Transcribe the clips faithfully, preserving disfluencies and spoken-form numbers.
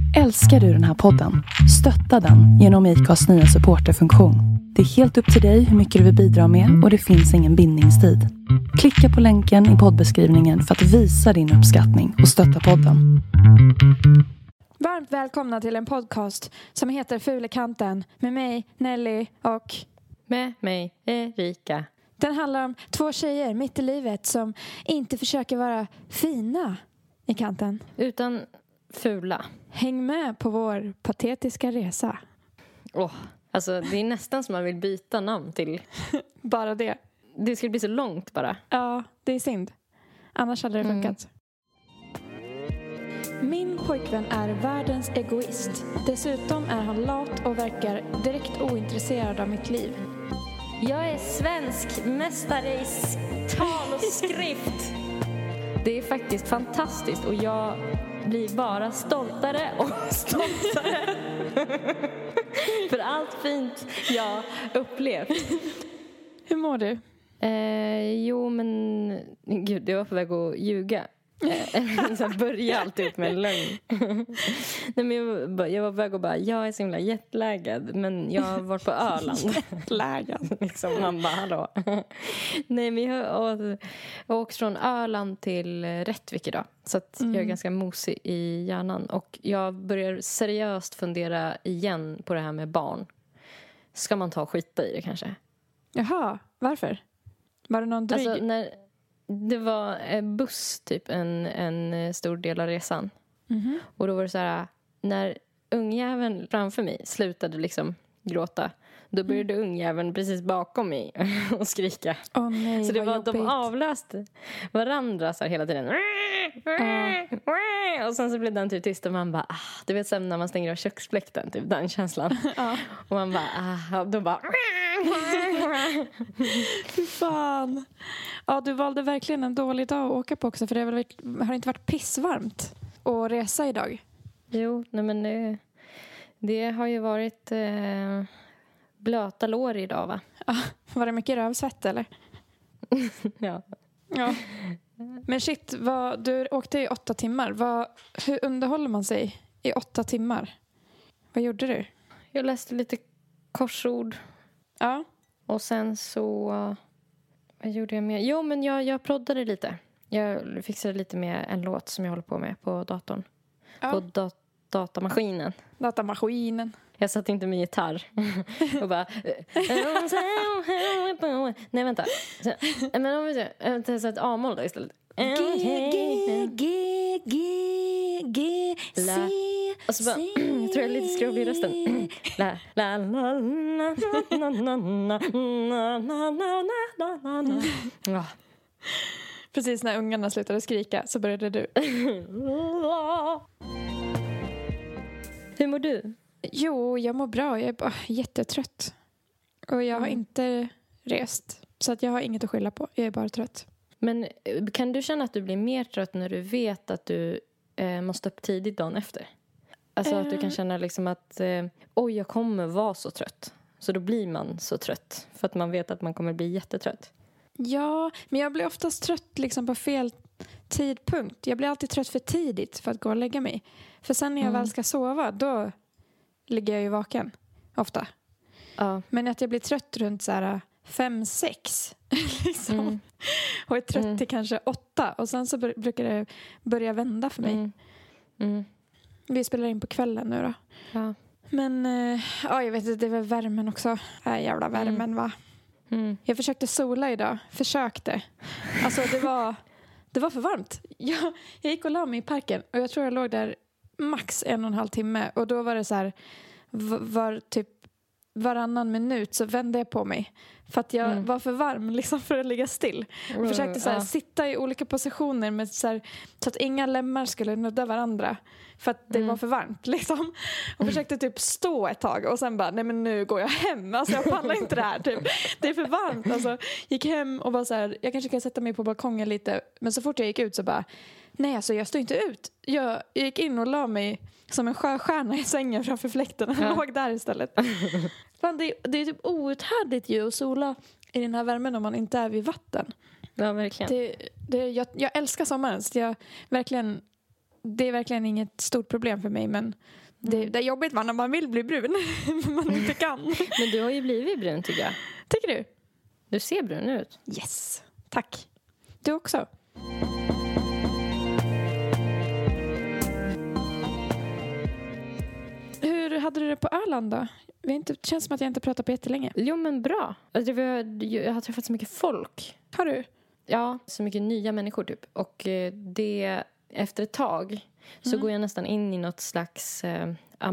Älskar du den här podden? Stötta den genom I C A:s nya supporterfunktion. Det är helt upp till dig hur mycket du vill bidra med och det finns ingen bindningstid. Klicka på länken i poddbeskrivningen för att visa din uppskattning och stötta podden. Varmt välkomna till en podcast som heter Fulekanten med mig, Nelly, och med mig, Erika. Den handlar om två tjejer mitt i livet som inte försöker vara fina i kanten. Utan fula. Häng med på vår patetiska resa. Åh, oh, alltså det är nästan som man vill byta namn till. Bara det. Det skulle bli så långt bara. Ja, det är synd. Annars hade det funkat. Mm. Min pojkvän är världens egoist. Dessutom är han lat och verkar direkt ointresserad av mitt liv. Jag är svensk mästare i tal och skrift. Det är faktiskt fantastiskt och jag blir bara stoltare och stoltare för allt fint jag upplevt. Hur mår du? Eh, jo, men gud, jag var på väg att ljuga. Så börja alltid ut med en lögn. Nej, men jag, jag var på väg att bara, jag är så himla jetlaggad, men jag har varit på Öland. Jetlaggad. Liksom, man bara, hallå. Nej, men jag har åkt från Öland till Rättvik idag. Så att mm. jag är ganska mosig i hjärnan. Och jag börjar seriöst fundera igen på det här med barn. Ska man ta och skita i det kanske? Jaha, varför? Var det någon dryg? Alltså, när... Det var en buss typ en, en stor del av resan. Mm-hmm. Och då var det så här, när ungjäveln framför mig slutade liksom gråta, då började mm. ungjäveln precis bakom mig och skrika. Oh, nej, så det var att de jobbigt. avlöste varandra så här hela tiden. Uh. Och sen så blev den typ tyst och man bara, ah, du vet sen när man stänger av köksfläkten, typ den känslan. Uh. Och man bara, ah, då bara fy fan. Ja, du valde verkligen en dålig dag att åka på också, för det har, väl, har inte varit pissvarmt att resa idag. Jo, nej men det, det har ju varit eh, blöta lår idag, va? Ja, var det mycket rövsvett eller? ja. Ja. Men shit, vad, du åkte i åtta timmar. Vad, hur underhåller man sig i åtta timmar? Vad gjorde du? Jag läste lite korsord. Ja. Och sen så... Vad gjorde jag med? Jo, men jag, jag proddade lite. Jag fixade lite med en låt som jag håller på med på datorn. Ja. På dat- datamaskinen. Datamaskinen. Jag satt inte med gitarr. och bara... Nej, vänta. Så, men om vi ser... Så ett A-moll då istället. G, G, G, G, G, C, och så bara, jag tror jag är lite skrovlig i rösten. La, la, la, la, la, la, la, la, la. Precis när ungarna slutade skrika så började du. Hur mår du? Jo, jag mår bra. Jag är bara jättetrött. Och jag har mm. inte rest. Så att jag har inget att skylla på. Jag är bara trött. Men kan du känna att du blir mer trött när du vet att du eh, måste upp tidigt dagen efter? Alltså uh. att du kan känna liksom att eh, oj, jag kommer vara så trött. Så då blir man så trött. För att man vet att man kommer bli jättetrött. Ja, men jag blir oftast trött liksom på fel tidpunkt. Jag blir alltid trött för tidigt för att gå och lägga mig. För sen när jag mm. väl ska sova, då ligger jag ju vaken. Ofta. Uh. Men att jag blir trött runt så här fem, sex liksom. Mm. Och är trött mm. till kanske åtta. Och sen så brukar det börja vända för mig. Mm. Mm. Vi spelar in på kvällen nu då. Ja. Men äh, ja, jag vet inte, det är väl värmen också. Äh, jävla värmen mm. va. Mm. Jag försökte sola idag. Försökte. Alltså det var, det var för varmt. Jag, jag gick och la mig i parken. Och jag tror jag låg där max en och en halv timme. Och då var det så här, var typ varannan minut så vände jag på mig. För att jag mm. var för varm liksom för att ligga still. Och mm, försökte så här, ja. sitta i olika positioner med så, här, så att inga lemmar skulle nudda varandra. För att det mm. var för varmt liksom. Och mm. försökte typ stå ett tag. Och sen bara, nej men nu går jag hem. Alltså jag pallar inte det här typ. Det är för varmt. Alltså gick hem och var så här, jag kanske kan sätta mig på balkongen lite. Men så fort jag gick ut så bara, nej alltså jag står inte ut. Jag gick in och la mig som en sjöstjärna i sängen framför fläkten. Och ja. låg där istället. Fan, det, det är typ outhärdligt ju att sola i den här värmen om man inte är vid vatten. Ja, verkligen. Det, det, jag, jag älskar sommaren. Så jag verkligen det är verkligen inget stort problem för mig. Men det, det är jobbigt när man vill bli brun. Men man inte kan. Men du har ju blivit brun tycker jag. Tycker du? Du ser brun ut. Yes, tack. Du också. Hur hade du det på Öland då? Det inte, känns som att jag inte pratat på jättelänge. Jo men bra. Alltså, det var, jag har träffat så mycket folk. Har du? Ja, så mycket nya människor typ. Och eh, det, efter ett tag så Mm. går jag nästan in i något slags eh,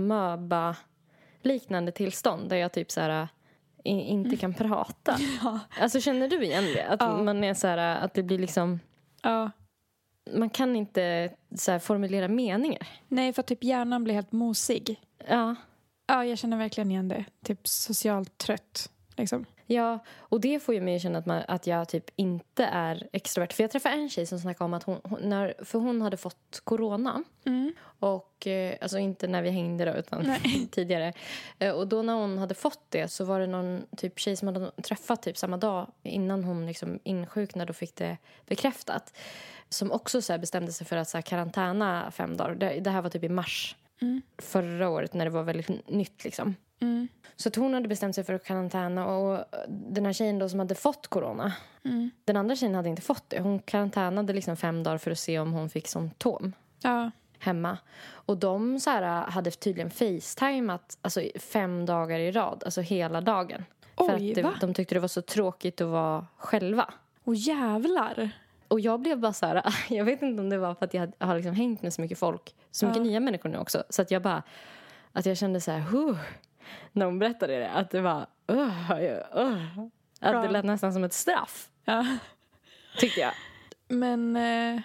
amöba-liknande tillstånd. Där jag typ så här in, inte kan prata. Ja. Alltså känner du igen det? Att Ja. man är så här, att det blir liksom... Ja. Man kan inte så här, formulera meningar. Nej, för typ hjärnan blir helt mosig. Ja. Ja, jag känner verkligen igen det. Typ socialt trött, liksom. Ja, och det får ju mig att känna att, man, att jag typ inte är extrovert. För jag träffade en tjej som snackade om att hon, hon när, för hon hade fått corona. Mm. Och, eh, alltså inte när vi hängde då, utan Nej. tidigare. Eh, och då när hon hade fått det så var det någon typ tjej som hade träffat typ samma dag innan hon liksom insjuknade och fick det bekräftat. Som också så här bestämde sig för att så här, karantäna fem dagar. Det, det här var typ i mars Mm. förra året när det var väldigt nytt liksom. Mm. Så att hon hade bestämt sig för att karantäna. Och den här tjejen då som hade fått corona. Mm. Den andra tjejen hade inte fått det. Hon karantänade liksom fem dagar för att se om hon fick symptom Ja. hemma. Och de så här, hade tydligen facetimat alltså fem dagar i rad. Alltså hela dagen. Oj, för att det, va? de tyckte det var så tråkigt att vara själva. Och jävlar. Och jag blev bara så här, jag vet inte om det var för att jag har liksom hängt med så mycket folk. Så mycket Ja. nya människor nu också. Så att jag bara, att jag kände så här, huh, när hon berättade det. Att det var, uh, uh, att Ja. det lät nästan som ett straff. Ja. Tyckte jag. Men, eh,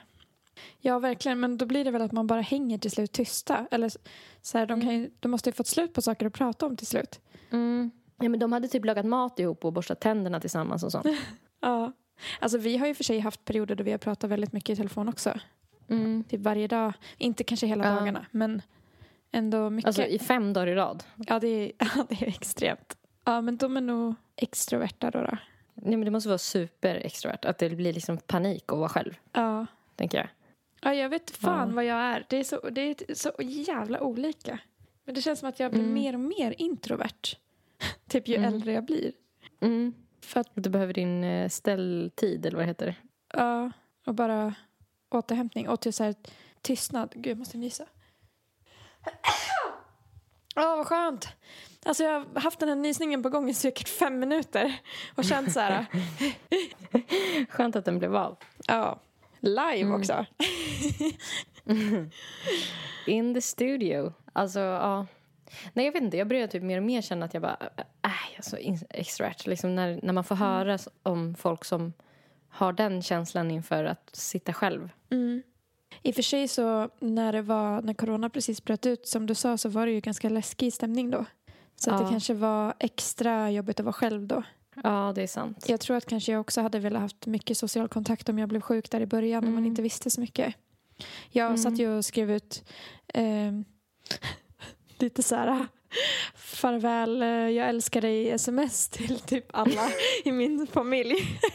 ja verkligen. Men då blir det väl att man bara hänger till slut tysta. Eller så här, de, kan ju, de måste ju fått slut på saker att prata om till slut. Mm. Ja, men de hade typ lagat mat ihop och borstat tänderna tillsammans och sånt. Ja. Alltså vi har ju för sig haft perioder då vi har pratat väldigt mycket i telefon också. Mm. Typ varje dag. Inte kanske hela Ja. dagarna. Men ändå mycket. Alltså i fem dagar i rad. Ja, det är, ja, det är extremt. Ja, men de är nog extroverta då. då. Ja, men det måste vara super extrovert. Att det blir liksom panik att vara själv, Ja. tänker jag. Ja, jag vet fan Ja. vad jag är. Det är, så, det är så jävla olika. Men det känns som att jag blir Mm. mer och mer introvert. Typ ju Mm. äldre jag blir. Mm. För att, Du behöver din eh, ställtid, eller vad heter det? ja, och bara återhämtning. Och till så här tystnad. Gud, jag måste nysa. Åh, vad skönt. Alltså jag har haft den här nysningen på gång i säkert fem minuter. Och känt så här, Skönt att den blev av. ja, live Mm. också. In the studio. Alltså, ja. Nej, jag vet inte. Jag börjar typ mer och mer känna att jag bara... Äh, alltså, extrovert. Liksom när, när man får höra om folk som har den känslan inför att sitta själv. Mm. I och för sig så när det var när corona precis bröt ut, som du sa, så var det ju ganska läskig stämning då. Så att Ja. det kanske var extra jobbigt att vara själv då. Ja, det är sant. Jag tror att kanske jag också hade velat haft mycket social kontakt om jag blev sjuk där i början och man Mm. inte visste så mycket. Jag Mm. satt ju och skrev ut eh, lite så här farväl, eh, jag älskar dig sms till typ alla i min familj.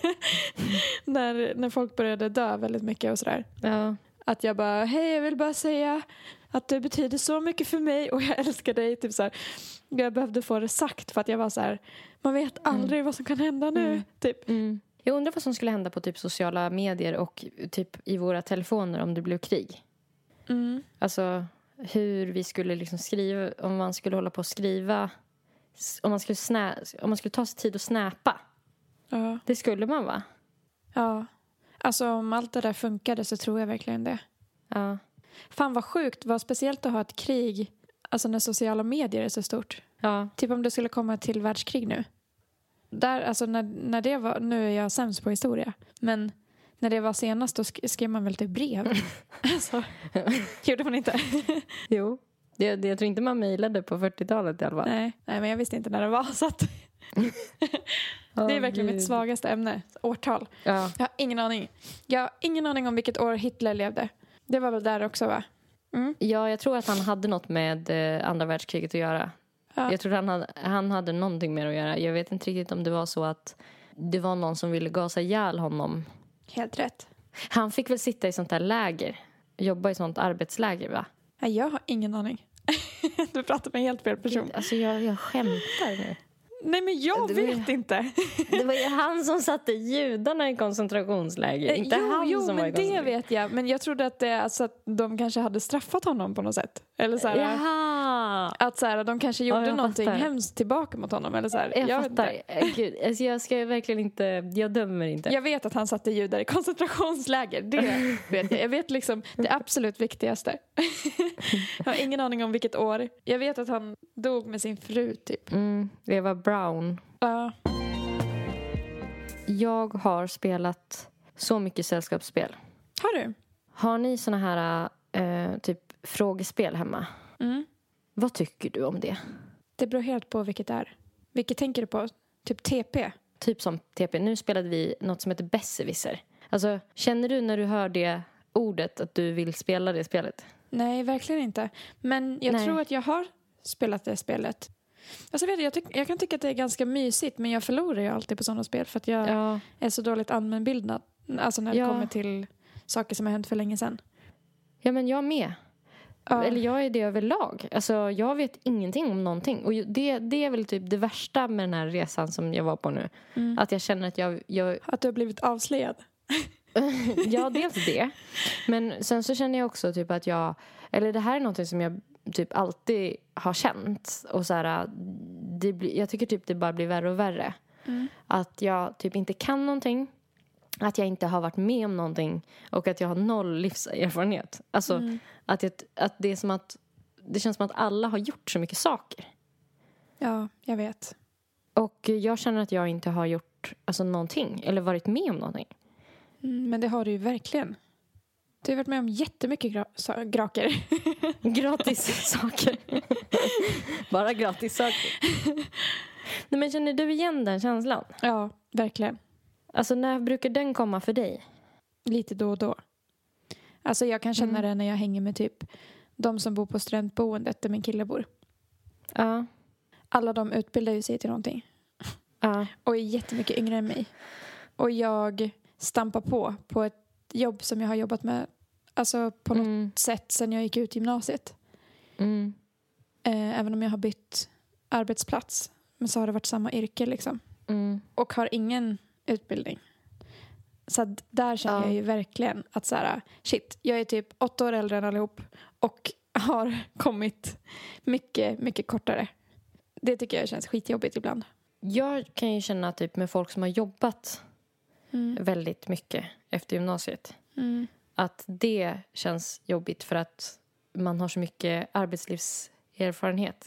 när, när folk började dö väldigt mycket och sådär. Ja. Att jag bara, hej, jag vill bara säga att du betyder så mycket för mig och jag älskar dig. Typ så här. Jag behövde få det sagt för att jag var så här, man vet aldrig Mm. vad som kan hända nu. Mm. Typ. Mm. Jag undrar vad som skulle hända på typ sociala medier och typ i våra telefoner om det blev krig. Mm. Alltså hur vi skulle liksom skriva, om man skulle hålla på att skriva, om man skulle, snä, om man skulle ta sig tid att snäpa. Ja. Det skulle man, va? Ja. Alltså om allt det där funkade så tror jag verkligen det. Ja. Fan vad sjukt, vad speciellt att ha ett krig, alltså när sociala medier är så stort. Ja. Typ om det skulle komma till världskrig nu. Där, alltså när, när det var, nu är jag sämst på historia, men när det var senast då sk- skrev man väl typ brev. Alltså, gjorde man inte? Jo. Det, det, jag tror inte man mejlade på fyrtiotalet i alla fall. Nej, nej, men jag visste inte när det var, så att det är verkligen mitt svagaste ämne, årtal. Ja. Jag har ingen aning. Jag har ingen aning om vilket år Hitler levde. Det var väl där också, va? Mm. ja, jag tror att han hade något med eh, andra världskriget att göra. Ja. Jag tror han hade, han hade någonting mer att göra. Jag vet inte riktigt om det var så att det var någon som ville gasa ihjäl honom. Helt rätt. Han fick väl sitta i sånt här läger jobba i sånt arbetsläger, va? Nej, jag har ingen aning. Du pratar med helt fel person. Alltså jag, jag skämtar nu. Nej, men jag Det var ju- vet inte. Det var ju han som satte judarna i koncentrationsläger. Inte jo, han jo som var i men det koncentrationsläger. vet jag. Men jag trodde att, det, alltså, att de kanske hade straffat honom på något sätt. Eller så här, Jaha! att så här, de kanske gjorde Ja, jag någonting fattar. hemskt tillbaka mot honom. Eller så här. Jag, Jag, vet fattar. inte. Eh, Gud, alltså jag ska verkligen inte... Jag dömer inte. Jag vet att han satte judar i koncentrationsläger. Det vet jag. Jag vet liksom det absolut viktigaste. Jag har ingen aning om vilket år. Jag vet att han dog med sin fru typ. Mm, Eva Brown. Ja. Jag har spelat så mycket sällskapsspel. Har du? Har ni såna här eh, typ frågespel hemma? Mm. Vad tycker du om det? Det beror helt på vilket det är. Vilket tänker du på? Typ T P? Typ som T P. Nu spelade vi något som heter Besserwisser. Alltså, känner du när du hör det ordet att du vill spela det spelet? Nej, verkligen inte. Men jag Nej. tror att jag har spelat det spelet. Alltså, vet du, jag, tyck, jag kan tycka att det är ganska mysigt, men jag förlorar ju alltid på sådana spel för att jag Ja. är så dåligt allmänbildad. Alltså när det Ja. kommer till saker som har hänt för länge sedan. Ja, men jag med. Ja. Eller jag är det överlag. Alltså, jag vet ingenting om någonting. Och ju- det, det är väl typ det värsta med den här resan som jag var på nu. Mm. Att jag känner att jag... jag Att du har blivit avslöjad. ja, dels det. Men sen så känner jag också typ att jag... Eller det här är något som jag typ alltid har känt. Och så här, det blir, jag tycker typ det bara blir värre och värre. Mm. Att jag typ inte kan någonting. Att jag inte har varit med om någonting. Och att jag har noll livserfarenhet. Alltså Mm. att, jag, att det är som att... Det känns som att alla har gjort så mycket saker. Ja, jag vet. Och jag känner att jag inte har gjort alltså, någonting. Eller varit med om någonting. Mm, men det har du ju verkligen. Du har varit med om jättemycket gra- sa- graker. Gratis saker. Bara gratis saker. Nej, men känner du igen den känslan? Ja, verkligen. Alltså när brukar den komma för dig? Lite då och då. Alltså jag kan känna Mm. det när jag hänger med typ de som bor på studentboendet där min kille bor. Ja. Alla de utbildar ju sig till någonting. Ja. Och är jättemycket yngre än mig. Och jag stampar på på ett jobb som jag har jobbat med. Alltså på något Mm. sätt sedan jag gick ut gymnasiet. Mm. Eh, även om jag har bytt arbetsplats. Men så har det varit samma yrke liksom. Mm. Och har ingen utbildning. Så att där känner Ja. jag ju verkligen att så här, shit, jag är typ åtta år äldre än allihop. Och har kommit mycket, mycket kortare. Det tycker jag känns skitjobbigt ibland. Jag kan ju känna typ med folk som har jobbat Mm. väldigt mycket efter gymnasiet. Mm. Att det känns jobbigt för att man har så mycket arbetslivserfarenhet.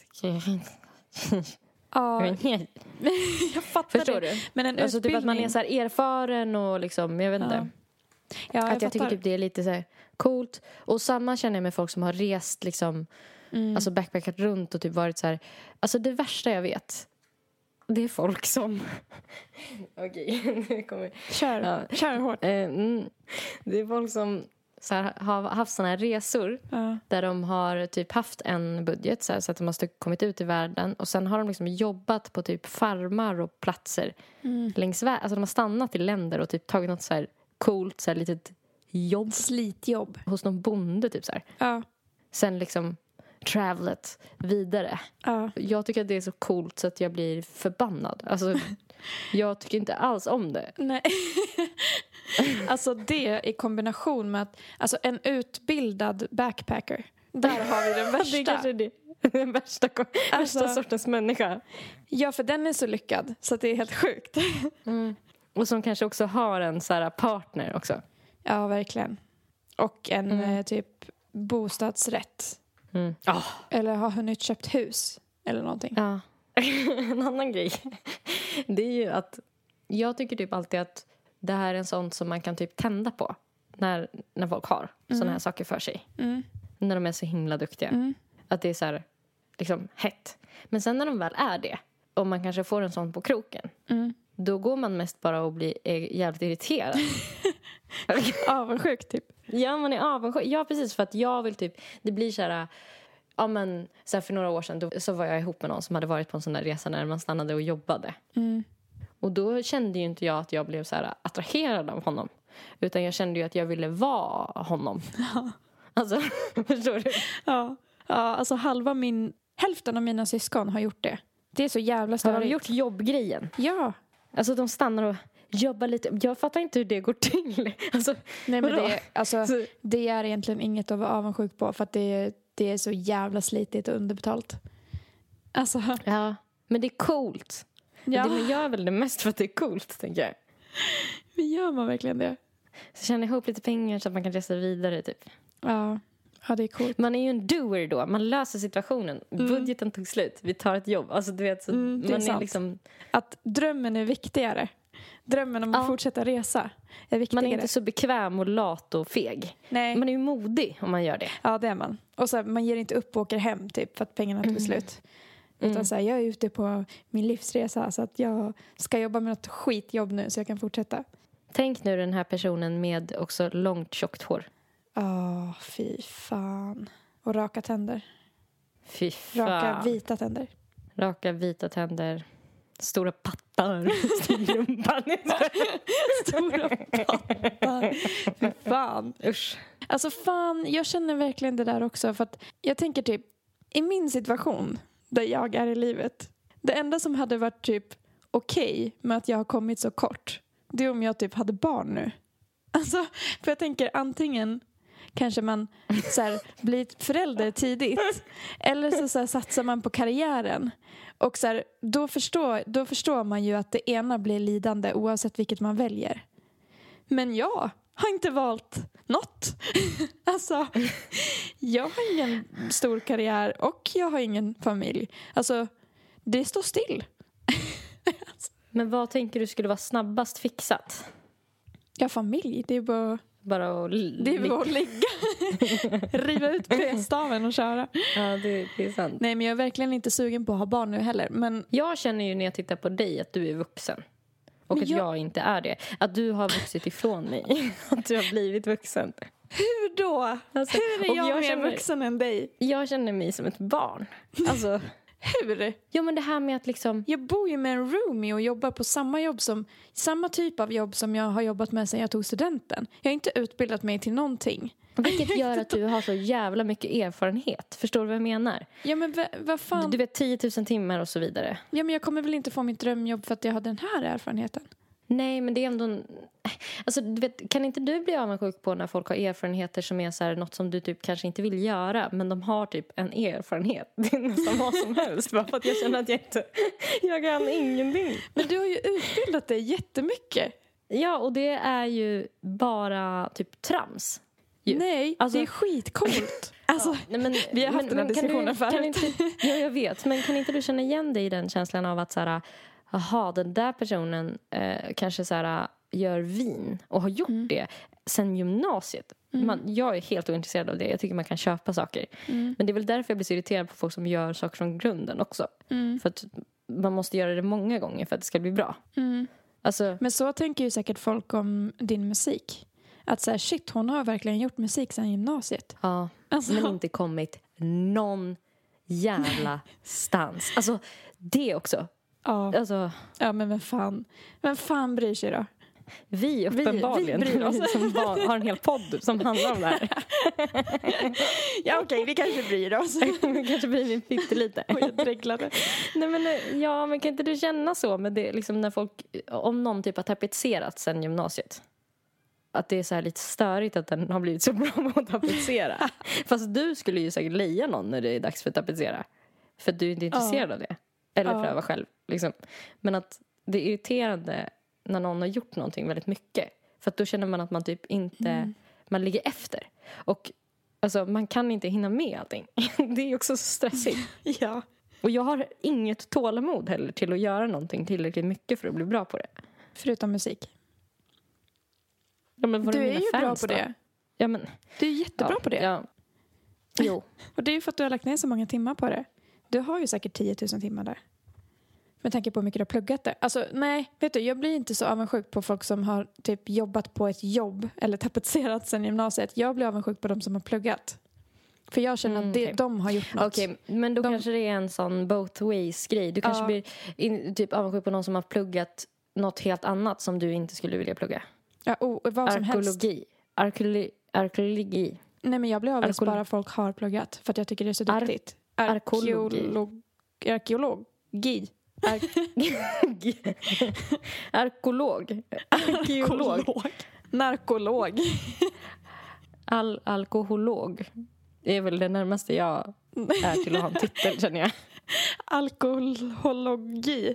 Ja, jag fattar Förstår det. du? Men en Alltså typ att man är utbildning- så här erfaren och liksom, jag vet inte. Ja. Ja, jag att jag tycker fattar. typ det är lite så här coolt. Och samma känner jag med folk som har rest liksom, Mm. alltså backpackat runt och typ varit så här. Alltså det värsta jag vet, det är folk som... Okej, nu kommer... Kör, Ja. kör hårt. Eh, mm, det är folk som så här, har haft såna här resor Ja. där de har typ haft en budget så, här, så att de har kommit ut i världen. Och sen har de liksom jobbat på typ farmar och platser Mm. längs vägen. Alltså de har stannat i länder och typ tagit något så här coolt så här litet jobb Slitjobb. hos någon bonde typ så här. Ja. Sen liksom travelet vidare. Ja. Jag tycker att det är så coolt så att jag blir förbannad. Alltså jag tycker inte alls om det. Nej. Alltså det i kombination med att alltså en utbildad backpacker. Där har vi den Det är värsta. kanske det. Den värsta, Alltså- värsta sortens människa. Ja, för den är så lyckad så att det är helt sjukt. Mm. Och som kanske också har en så här partner också. Ja, verkligen. Och en Mm. eh, typ bostadsrätt. Mm. Oh. Eller har hunnit köpt hus. Eller någonting. Ja. En annan grej. Det är ju att jag tycker typ alltid att det här är en sån som man kan typ tända på. När, när folk har Mm. såna här saker för sig. Mm. När de är så himla duktiga. Mm. Att det är så här, liksom hett. Men sen när de väl är det. Och man kanske får en sån på kroken. Mm. Då går man mest bara och blir är jävligt irriterad. Avundsjuk typ. Ja, man är avundsjuk. Ja, precis. För att jag vill typ... Det blir så här... Ja, men så här för några år sedan då, så var jag ihop med någon som hade varit på en sån där resa när man stannade och jobbade. Mm. Och då kände ju inte jag att jag blev så här attraherad av honom. Utan jag kände ju att jag ville vara honom. Alltså, förstår du? Ja. Ja, alltså halva min... Hälften av mina syskon har gjort det. Det är så jävla störigt. Har de gjort jobbgrejen? Ja. Alltså de stannar och jobbar lite. Jag fattar inte hur det går till. Alltså, Nej, men vadå? det, är- alltså, det är egentligen inget att vara avundsjuk på. För att det är, det är så jävla slitigt och underbetalt. Alltså, Ja, men det är coolt. ja. Det, man gör väl det mest för att det är coolt, tänker jag. Men gör man verkligen det? Så tjäna ihop lite pengar så att man kan resa vidare, typ. Ja, ja det är coolt. Man är ju en doer då. Man löser situationen. Mm. Budgeten tog slut. Vi tar ett jobb. Alltså, du vet, så Mm, det är man är sant. liksom... Att drömmen är viktigare. Drömmen om att Ja. fortsätta resa är viktigare. Man är inte så bekväm och lat och feg. Nej. Man är ju modig om man gör det. Ja, det är man. Och så här, man ger inte upp och åker hem typ för att pengarna tog slut. Utan Mm. så här, jag är ute på min livsresa så att jag ska jobba med något skitjobb nu så jag kan fortsätta. Tänk nu den här personen med också långt tjockt hår. Åh, fy fan. Och raka tänder. Fy fan. Raka vita tänder. Raka vita tänder. Stora pattar. Stor rumpa. Stora pattar. Fy fan. Usch. Alltså fan, jag känner verkligen det där också. För att jag tänker typ, i min situation där jag är i livet. Det enda som hade varit typ okej med att jag har kommit så kort. Det är om jag typ hade barn nu. Alltså, för jag tänker antingen kanske man så här, blir förälder tidigt. Eller så, så här, satsar man på karriären. Och så här, då, förstår, då förstår man ju att det ena blir lidande oavsett vilket man väljer. Men jag har inte valt något. Alltså, jag har ingen stor karriär och jag har ingen familj. Alltså, det står still. Men vad tänker du skulle vara snabbast fixat? Jag har familj, det är bara, Bara att... det är bara att ligga. Riva ut p-staven och köra. Ja, det, det är sant. Nej, men jag är verkligen inte sugen på att ha barn nu heller. Men Jag känner ju när jag tittar på dig att du är vuxen. Och Men att jag- jag inte är det. Att du har vuxit ifrån mig. Att du har blivit vuxen. hur då? Alltså, hur är och jag, jag mer känner- vuxen än dig? Jag känner mig som ett barn. Alltså, Hur? ja men det här med att liksom... Jag bor ju med en roomie och jobbar på samma jobb som samma typ av jobb som jag har jobbat med sedan jag tog studenten. Jag har inte utbildat mig till någonting. Vilket gör att du har så jävla mycket erfarenhet. Förstår du vad jag menar? Ja, men va- vad Du, fan? du vet tio tusen timmar och så vidare. Ja, men jag kommer väl inte få mitt drömjobb för att jag har den här erfarenheten. Nej, men det är ändå... En... Alltså, du vet, kan inte du bli avundsjuk på när folk har erfarenheter som är så här, något som du typ kanske inte vill göra, men de har typ en erfarenhet. Det är nästan vad som helst. Bara för att jag känner att jag inte... Jag kan ingenting. Men du har ju utbildat dig jättemycket. Ja, och det är ju bara typ trams. Ju. Nej, Alltså- det är skitcoolt. Alltså, Nej, men, vi har haft den här kan diskussionen du, förut. kan inte, ja, jag vet. Men kan inte du känna igen dig i den känslan av att så här, aha, den där personen eh, kanske så här, gör vin och har gjort Mm. det sen gymnasiet. Man, jag är helt ointresserad av det. Jag tycker man kan köpa saker. Mm. Men det är väl därför jag blir så irriterad på folk som gör saker från grunden också. Mm. För att man måste göra det många gånger för att det ska bli bra. Mm. Alltså, Men så tänker ju säkert folk om din musik. Att så här, shit, hon har verkligen gjort musik sedan gymnasiet. ja, Alltså, men inte kommit någon jävla stans. Alltså, det också. ja, Alltså, ja, men vem fan, vem fan bryr sig då? vi uppenbarligen vi bryr oss. vi som bara har en hel podd som handlar om det här. Ja, okej, vi kanske bryr oss. Vi kanske blir min pyttelite. Och jag dreglade. Nej, men, eh, ja, men kan inte du känna så med det, liksom när folk, om någon typ har tapetserat sen gymnasiet? Att det är så här lite störigt att den har blivit så bra på att tapetsera. Fast du skulle ju säkert leja någon när det är dags för att tapetsera. För att du är inte intresserad Ja. av det. Eller Ja. pröva själv. Liksom. Men att det är irriterande när någon har gjort någonting väldigt mycket. För att då känner man att man typ inte... Mm. Man ligger efter. Och alltså, man kan inte hinna med allting. Det är också så stressigt. Ja. Och jag har inget tålamod heller till att göra någonting tillräckligt mycket för att bli bra på det. Förutom musik. Ja, men var Du är är mina ju bra fans på då? det. Ja, men, Du är jättebra ja, på det. Ja. Jo. Och det är ju för att du har lagt ner så många timmar på det. Du har ju säkert tio tusen timmar där. Med tanke på hur mycket du har pluggat det. Alltså nej, vet du, jag blir inte så avundsjuk på folk som har typ jobbat på ett jobb eller tapetserat sen gymnasiet. Jag blir avundsjuk på de som har pluggat. För jag känner Mm, att det, okej. de har gjort något. Okej, men då De- kanske det är en sån both ways-grej. Du kanske Ja. blir in, typ avundsjuk på någon som har pluggat något helt annat som du inte skulle vilja plugga. Ja, oh, vad som helst. Arkeologi. Arkeologi. Arkeologi. Nej, men jag blir avis Arkeolo- bara folk har pluggat. För att jag tycker det är så Ar- duktigt. arkeologi. Arkeolog- Arkeologi. Ar- Arkolog. Arkeolog. Narkolog. Al- alkoholog. Det är väl det närmaste jag är till att ha en titel, känner jag. Alkohologi.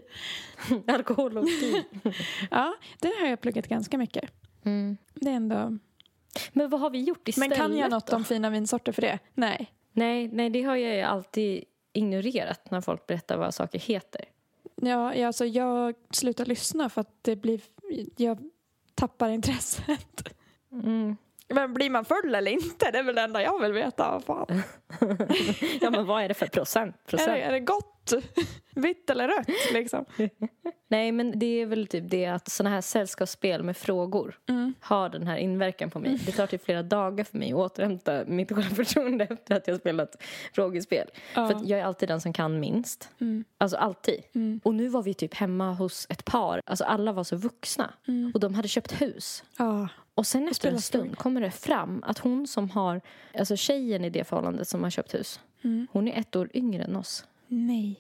Alkohologi. Ja, det har jag pluggat ganska mycket. Mm. Det är ändå... Men vad har vi gjort istället? Men kan jag något då? om fina vinsorter för det? Nej. Nej, nej, det har jag ju alltid ignorerat när folk berättar vad saker heter. Ja, ja, alltså jag slutar lyssna för att det blir... Jag tappar intresset. Mm. Men blir man full eller inte? Det är väl det enda jag vill veta. Fan. Ja, men vad är det för procent? procent? Är, det, är det gott? Vitt eller rött liksom? Nej, men det är väl typ det att såna här sällskapsspel med frågor Mm. har den här inverkan på mig. Det tar typ flera dagar för mig att återhämta mitt självförtroende efter att jag har spelat frågespel. Ja. För att jag är alltid den som kan minst. Mm. Alltså alltid. Mm. Och nu var vi typ hemma hos ett par. Alltså alla var så vuxna. Mm. Och de hade köpt hus. Ja. Och sen efter spelar en stund kommer det fram att hon som har, alltså tjejen i det förhållandet som har köpt hus, Mm. hon är ett år yngre än oss. Nej.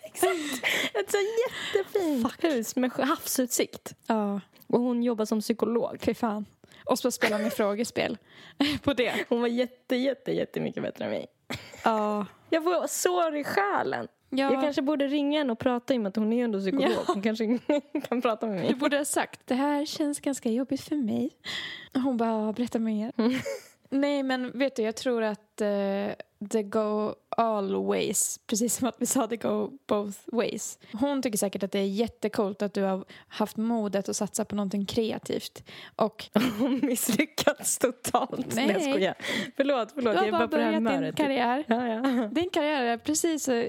Ett så jättefint hus med havsutsikt. Ja. Och hon jobbar som psykolog. Fy fan. Och så spelar med frågespel på det. Hon var jätte, jätte, jättemycket bättre än mig. Ja. Jag får sår i själen. Ja. Jag kanske borde ringa henne och prata med att hon är ändå psykolog. Ja. Hon kanske kan prata med mig. Du borde ha sagt, det här känns ganska jobbigt för mig. Hon bara, berätta mer. Mm. Nej, men vet du, jag tror att uh, the go all ways, precis som att vi sa the go both ways. Hon tycker säkert att det är jättekult att du har haft modet att satsa på någonting kreativt. Och Hon misslyckats totalt. Nej. Nej, jag skojar. Förlåt, förlåt. du har Jag är bara bara på det här börjat din humöret. karriär. Ja, ja. Din karriär är precis eh,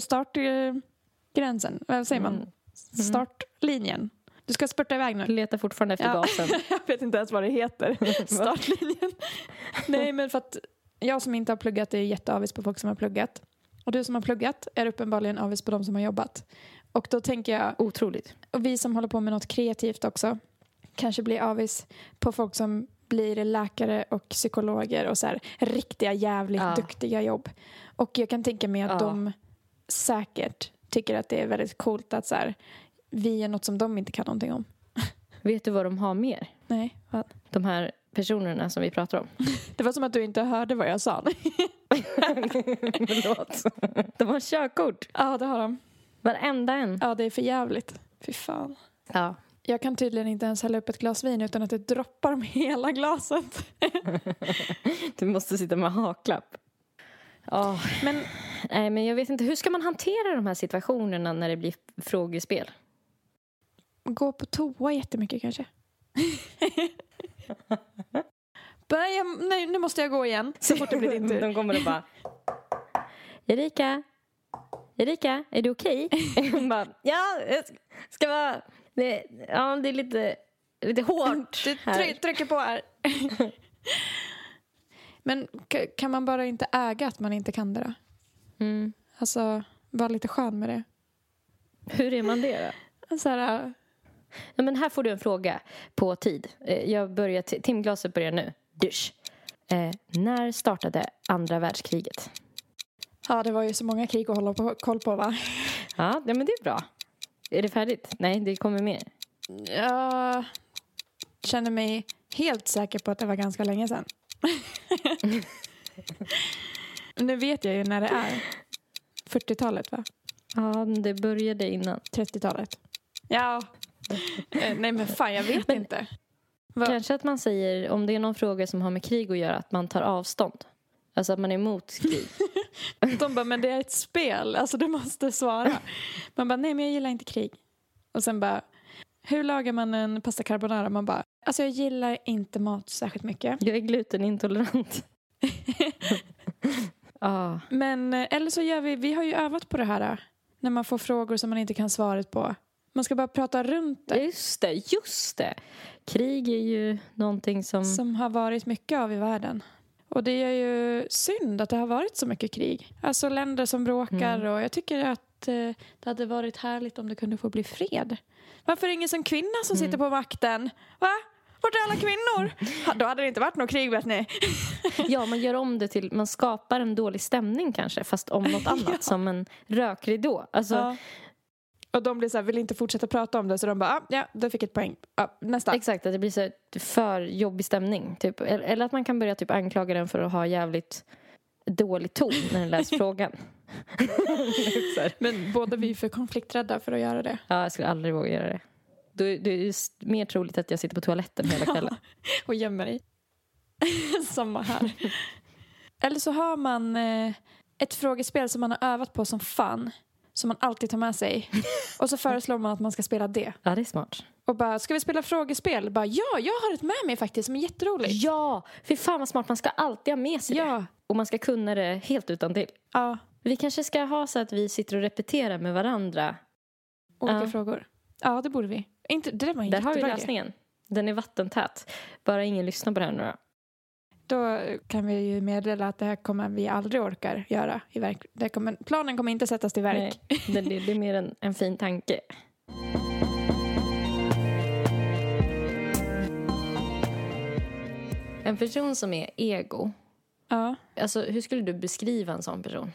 startgränsen. Vad säger man? Mm. Startlinjen. Du ska spurta iväg nu. Jag letar fortfarande efter Ja. gasen. Jag vet inte ens vad det heter. Startlinjen. Nej, men för att jag som inte har pluggat är jätteavis på folk som har pluggat. Och du som har pluggat är uppenbarligen avis på de som har jobbat. Och då tänker jag, Otroligt. och vi som håller på med något kreativt också, kanske blir avis på folk som blir läkare och psykologer och så här riktiga jävligt Ja. duktiga jobb. Och jag kan tänka mig att Ja. de säkert tycker att det är väldigt coolt att så här, vi är något som de inte kan någonting om. Vet du vad de har mer? Nej, vad? De här personerna som vi pratar om. Det var som att du inte hörde vad jag sa. Förlåt. De har körkort. Ja, det har de. Varenda en. Ja, det är för jävligt. Fy fan. Ja. Jag kan tydligen inte ens hälla upp ett glas vin utan att det droppar om hela glaset. Du måste sitta med haklapp. Oh. Men Nej, men jag vet inte. Hur ska man hantera de här situationerna när det blir frågespel? gå på toa jättemycket kanske. Nej, jag, nej, nu måste jag gå igen. Så fort det blir din tur. De kommer och bara... Erika? Erika, är du okej? Hon bara, ja, jag ska vara... Det, ja, det är lite, lite hårt Du här. try- trycker på här. Men k- kan man bara inte äga att man inte kan det då? Mm. Alltså, vara lite skön med det. Hur är man det då? Så här, äh, Ja, men här får du en fråga på tid. Eh, Jag börjar, t- timglaset börjar nu. Dusch. Eh, när startade andra världskriget? ja, det var ju så många krig att hålla på, koll på, va? Ja, ja, men det är bra. Är det färdigt? Nej, det kommer mer. Jag känner mig helt säker på att det var ganska länge sedan. Nu vet jag ju när det är. fyrtiotalet, va? Ja, men det började innan. trettiotalet. Ja. Eh, Nej, men fan, jag vet Men- inte. Va? Kanske att man säger, om det är någon fråga som har med krig att göra, att man tar avstånd. Alltså att man är emot krig. De bara, men det är ett spel. Alltså, du måste svara. Man bara, nej, men jag gillar inte krig. Och sen bara, hur lagar man en pasta carbonara? Man bara, alltså jag gillar inte mat särskilt mycket. Jag är glutenintolerant. ah. Men, eh, eller så gör vi, vi har ju övat på det här. eh, När man får frågor som man inte kan svaret på. Man ska bara prata runt det. Just det, just det. Krig är ju någonting som... Som har varit mycket av i världen. Och det är ju synd att det har varit så mycket krig. Alltså länder som bråkar. Mm. Och jag tycker att eh, det hade varit härligt om det kunde få bli fred. Varför är det ingen som kvinna som Mm. sitter på makten? Va? Vart är alla kvinnor? Då hade det inte varit något krig, vet ni. Ja, man gör om det till, man skapar en dålig stämning kanske, fast om något annat, ja. Som en rökridå. Alltså, ja. Och de blir så här, vill inte fortsätta prata om det, så de bara, ah, ja, du fick ett poäng. Ah, nästa. Exakt, att det blir så för jobbig stämning. Typ. Eller att man kan börja typ anklaga den för att ha jävligt dålig ton när den läser frågan. Men båda vi är för konflikträdda för att göra det. Ja, jag skulle aldrig våga göra det. Då, då är det mer troligt att jag sitter på toaletten hela kvällen. Och gömmer dig. Samma här. Eller så har man eh, ett frågespel som man har övat på som fan. Som man alltid tar med sig. Och så föreslår man att man ska spela det. Ja, det är smart. Och bara, ska vi spela frågespel? Bara, ja, jag har ett med mig faktiskt som är jätteroligt. Ja, för fan vad smart. Man ska alltid ha med sig ja. det. Och man ska kunna det helt utan till. Ja. Vi kanske ska ha så att vi sitter och repeterar med varandra. Olika ja. frågor. Ja, det borde vi. Inte, det var en Där har vi grej. lösningen. Den är vattentät. Bara ingen lyssnar på den nu då. Då kan vi ju meddela att det här kommer vi aldrig orkar göra i verk. Det kommer, planen kommer inte sättas till verk. Nej, det, det, det är mer en, en fin tanke. En person som är ego. Ja. Alltså, hur skulle du beskriva en sån person?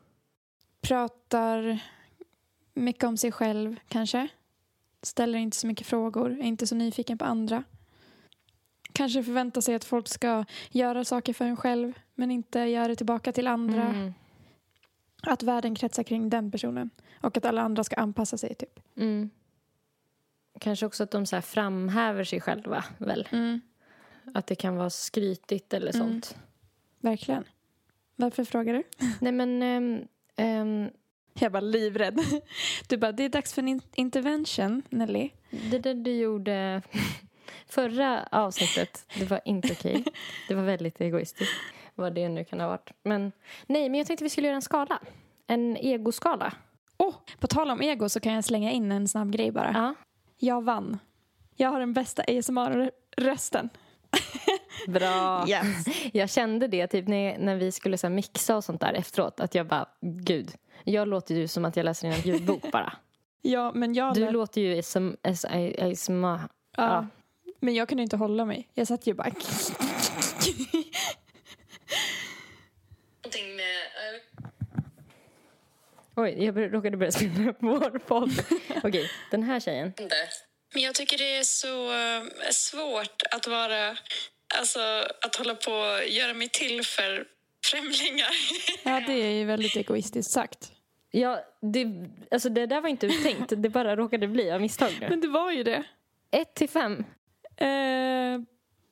Pratar mycket om sig själv, kanske. Ställer inte så mycket frågor. Är inte så nyfiken på andra. Kanske förväntar sig att folk ska göra saker för en själv, men inte göra det tillbaka till andra. Mm. Att världen kretsar kring den personen. Och att alla andra ska anpassa sig, typ. Mm. Kanske också att de så här framhäver sig själva, väl? Mm. Att det kan vara skrytigt eller mm. sånt. Verkligen. Varför frågar du? Nej, men... Um, um, jag var livrädd. Du bara, det är dags för en in- intervention, Nelly. Det där du gjorde... Förra avsnittet, det var inte okej. Det var väldigt egoistiskt. Vad det nu kan ha varit. Men, nej, men jag tänkte vi skulle göra en skala. En egoskala. Oh, på tal om ego så kan jag slänga in en snabb grej bara. Ja. Jag vann. Jag har den bästa A S M R-rösten. Bra. Yes. Jag kände det typ när, när vi skulle så här, mixa och sånt där efteråt. Att jag bara, gud. Jag låter ju som att jag läser en ljudbok bara. Ja, men jag... Du lät... låter ju som A S M R. Ja. ja. Men jag kunde inte hålla mig. Jag satt ju bara... Någonting med... Oj, jag råkade börja spela upp vår podd. Okej, den här tjejen. Men jag tycker det är så äh, svårt att vara... Alltså, att hålla på och göra mig till för främlingar. Ja, det är ju väldigt egoistiskt sagt. Ja, det, alltså det där var inte uttänkt. Det bara råkade bli av misstag nu. Men det var ju det. Ett till fem. Eh,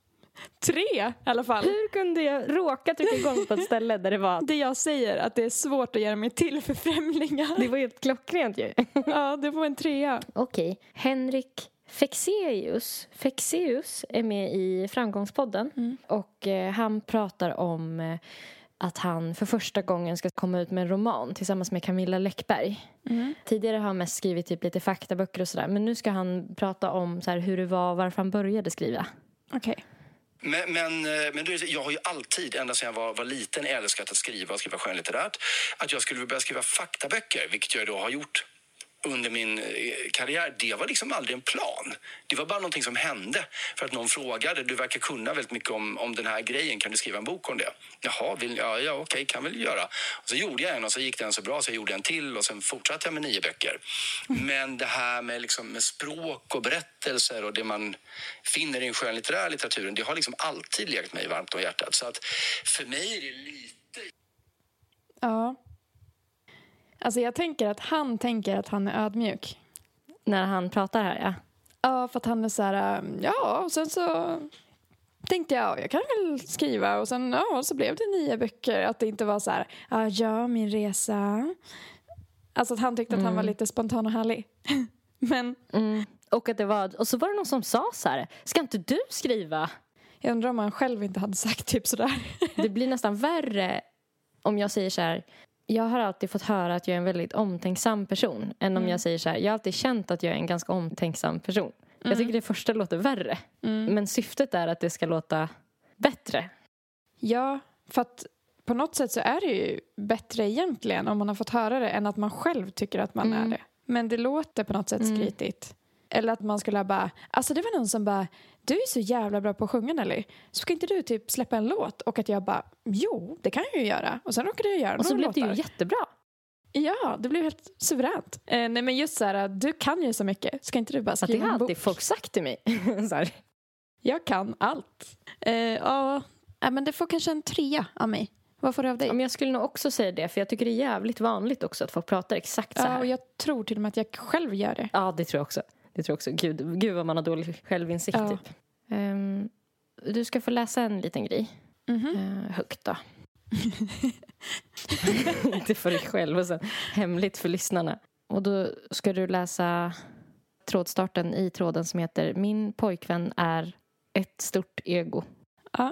tre i alla fall. Hur kunde jag råka trycka igång på ett ställe där det var... Det jag säger, att det är svårt att göra mig till för främlingar. Det var ju ett klockrent ju. Ja, det var en trea. Okej. Okay. Henrik Fexeus, Fexeus är med i Framgångspodden. Mm. Och eh, han pratar om... Eh, att han för första gången ska komma ut med en roman tillsammans med Camilla Läckberg. Mm. Tidigare har han mest skrivit typ lite faktaböcker och sådär. Men nu ska han prata om så här, hur det var, varför han började skriva. Okej. Okay. Men, men, men du, jag har ju alltid, ända sedan jag var, var liten, älskat att skriva och skriva skönlitterärt. Att jag skulle börja skriva faktaböcker, vilket jag då har gjort under min karriär, det var liksom aldrig en plan. Det var bara någonting som hände för att någon frågade, du verkar kunna väldigt mycket om, om den här grejen, kan du skriva en bok om det? Jaha, vill, ja, ja okej, kan väl göra. Och så gjorde jag en och så gick den så bra så jag gjorde en till och sen fortsatte jag med nio böcker. Men det här med, liksom, med språk och berättelser och det man finner i den skönlitterära litteraturen, det har liksom alltid legat mig varmt om hjärtat. Så att för mig är det lite... Ja. Alltså jag tänker att han tänker att han är ödmjuk. När han pratar här, ja. Ja, för att han är så här, ja, och sen så tänkte jag, jag kan väl skriva. Och sen, ja, så blev det nio böcker. Att det inte var så här, ja, min resa. Alltså att han tyckte mm. att han var lite spontan och härlig. Men... Mm. Och att det var, och så var det någon som sa så här, ska inte du skriva? Jag undrar om han själv inte hade sagt typ sådär. Det blir nästan värre om jag säger så här, jag har alltid fått höra att jag är en väldigt omtänksam person. Än om mm. jag säger så här, jag har alltid känt att jag är en ganska omtänksam person. Mm. Jag tycker det första låter värre. Mm. Men syftet är att det ska låta bättre. Ja, för att på något sätt så är det ju bättre egentligen om man har fått höra det än att man själv tycker att man mm. är det. Men det låter på något sätt skrytigt. Mm. Eller att man skulle bara, alltså det var någon som bara, du är så jävla bra på att sjunga, Nelly. Så ska inte du typ släppa en låt? Och att jag bara, jo, det kan jag ju göra. Och sen råkade jag göra Och så några blev låtar. det ju jättebra. Ja, det blev helt suveränt. Eh, nej, men just så här, du kan ju så mycket. Ska inte du bara Att skriva det har en bok? alltid folk sagt till mig. Så här. Jag kan allt. Eh, ja, äh, men det får kanske en trea av mig. Vad får du av dig? Ja, men jag skulle nog också säga det. För jag tycker det är jävligt vanligt också att folk pratar exakt så Ja, här. och jag tror till och med att jag själv gör det. Ja, det tror jag också. Det tror jag också. Gud, gud vad man har dålig självinsikt Ja. typ. Um, du ska få läsa en liten grej. Mm-hmm. Uh, högt då. Inte för dig själv och sen hemligt för lyssnarna. Och då ska du läsa trådstarten i tråden som heter Min pojkvän är ett stort ego. Ja.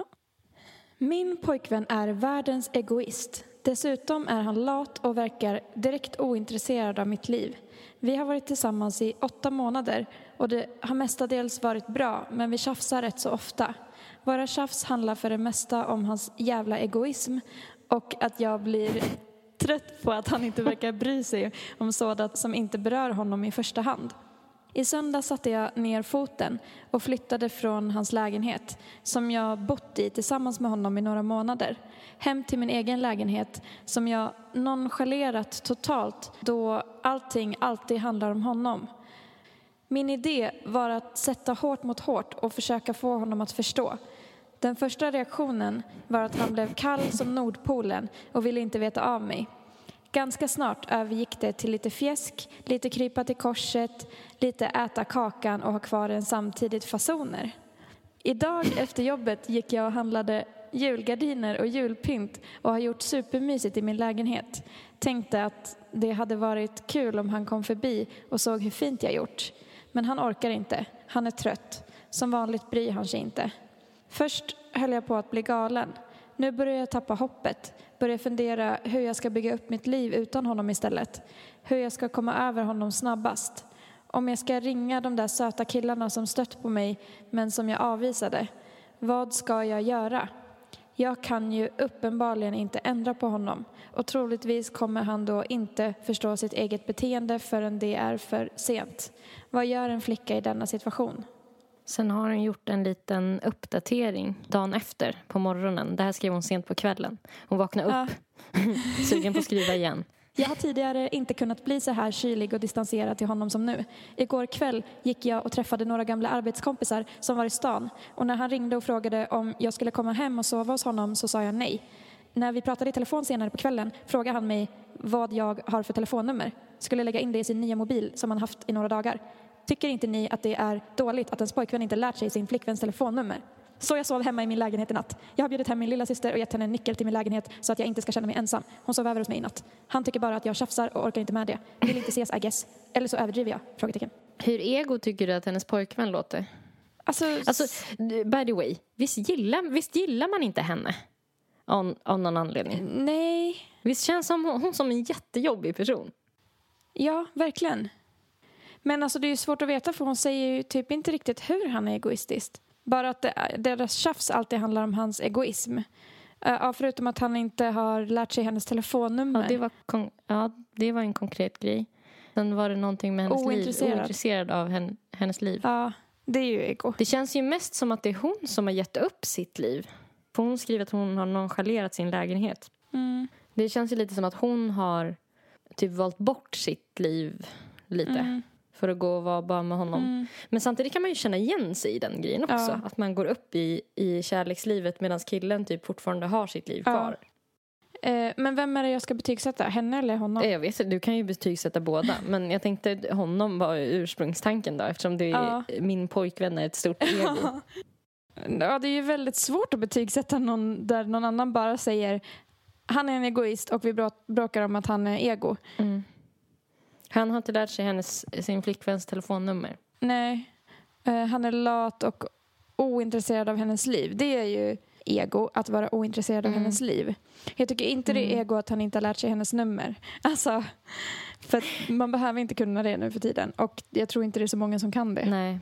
Min pojkvän är världens egoist. Dessutom är han lat och verkar direkt ointresserad av mitt liv. Vi har varit tillsammans i åtta månader och det har mestadels varit bra, men vi tjafsar rätt så ofta. Våra tjafs handlar för det mesta om hans jävla egoism och att jag blir trött på att han inte verkar bry sig om sådant som inte berör honom i första hand. I söndag satte jag ner foten och flyttade från hans lägenhet som jag bott i tillsammans med honom i några månader. Hem till min egen lägenhet som jag nonchalerat totalt då allting alltid handlar om honom. Min idé var att sätta hårt mot hårt och försöka få honom att förstå. Den första reaktionen var att han blev kall som Nordpolen och ville inte veta av mig. Ganska snart övergick det till lite fjäsk, lite krypa till korset, lite äta kakan och ha kvar den samtidigt fasoner. Idag efter jobbet gick jag och handlade julgardiner och julpynt och har gjort supermysigt i min lägenhet. Tänkte att det hade varit kul om han kom förbi och såg hur fint jag gjort. Men han orkar inte, han är trött. Som vanligt bryr han sig inte. Först höll jag på att bli galen. Nu börjar jag tappa hoppet. Börjar fundera hur jag ska bygga upp mitt liv utan honom istället. Hur jag ska komma över honom snabbast. Om jag ska ringa de där söta killarna som stött på mig men som jag avvisade. Vad ska jag göra? Jag kan ju uppenbarligen inte ändra på honom. Och troligtvis kommer han då inte förstå sitt eget beteende förrän det är för sent. Vad gör en flicka i denna situation? Sen har hon gjort en liten uppdatering dagen efter på morgonen. Det här skrev hon sent på kvällen. Hon vaknade upp, ja. Sugen på att skriva igen. Jag har tidigare inte kunnat bli så här kylig och distanserad till honom som nu. Igår kväll gick jag och träffade några gamla arbetskompisar som var i stan. Och när han ringde och frågade om jag skulle komma hem och sova hos honom så sa jag nej. När vi pratade i telefon senare på kvällen frågade han mig vad jag har för telefonnummer. Skulle lägga in det i sin nya mobil som han haft i några dagar. Tycker inte ni att det är dåligt att ens pojkvän inte lärt sig sin flickväns telefonnummer? Så jag sov hemma i min lägenhet i natt. Jag har bjudit hem min lilla syster och gett henne en nyckel till min lägenhet så att jag inte ska känna mig ensam. Hon sov över hos mig i natt. Han tycker bara att jag tjafsar och orkar inte med det. Vill inte ses, I guess. Eller så överdriver jag? Frågetecken. Hur ego tycker du att hennes pojkvän låter? Alltså, alltså by the way, visst gillar, visst gillar man inte henne? Av, av någon anledning. Nej. Visst känns som hon, hon som en jättejobbig person? Ja, verkligen. Men alltså det är ju svårt att veta för hon säger ju typ inte riktigt hur han är egoistisk. Bara att det, deras tjafs alltid handlar om hans egoism. Uh, förutom att han inte har lärt sig hennes telefonnummer. Ja, det var, kon- ja, det var en konkret grej. Sen var det någonting med hennes Ointresserad. liv. Ointresserad av hen, hennes liv. Ja, det är ju ego. Det känns ju mest som att det är hon som har gett upp sitt liv. För hon skriver att hon har nonchalerat sin lägenhet. Mm. Det känns ju lite som att hon har typ valt bort sitt liv lite. Mm. För att gå och vara bara med honom. Mm. Men samtidigt kan man ju känna igen sig i den grejen också. Ja. Att man går upp i, i kärlekslivet medan killen typ fortfarande har sitt liv kvar. Ja. Eh, men vem är det jag ska betygsätta? Henne eller honom? Jag vet, du kan ju betygsätta båda. Men jag tänkte honom var ursprungstanken då. Eftersom det är, ja. Min pojkvän är ett stort ego. Ja, det är ju väldigt svårt att betygsätta någon där någon annan bara säger han är en egoist och vi bråkar om att han är ego. Mm. Han har inte lärt sig hennes, sin flickväns telefonnummer. Nej, uh, han är lat och ointresserad av hennes liv. Det är ju ego, att vara ointresserad mm. av hennes liv. Jag tycker inte mm. det är ego att han inte har lärt sig hennes nummer. Alltså, för att man behöver inte kunna det nu för tiden. Och jag tror inte det är så många som kan det. Nej.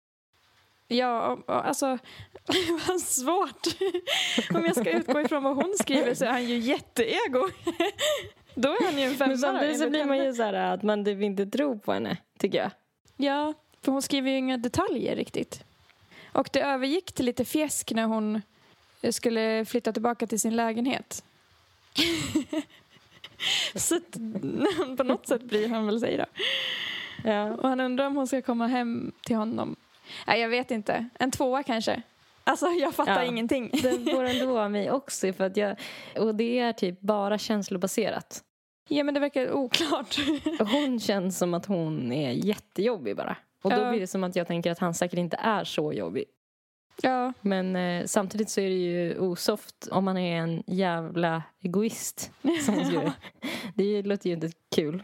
Ja, alltså vad svårt. Om jag ska utgå ifrån vad hon skriver så är han ju jätteego. Då är han ju en femma. Men samtidigt så blir man ju så här att man typ inte tror på henne, tycker jag. Ja, för hon skriver ju inga detaljer riktigt. Och det övergick till lite fjäsk när hon skulle flytta tillbaka till sin lägenhet. Så att, på något sätt bryr han väl sig då. Ja. Och han undrar om hon ska komma hem till honom. Nej, jag vet inte. En tvåa kanske. Alltså jag fattar ja. ingenting. Det går ändå av mig också. För att jag, och det är typ bara känslobaserat. Ja, men det verkar oklart. Hon känns som att hon är jättejobbig bara. Och då ja. blir det som att jag tänker att han säkert inte är så jobbig. Ja. Men eh, samtidigt så är det ju osoft om man är en jävla egoist. Som ja. Det låter ju inte kul.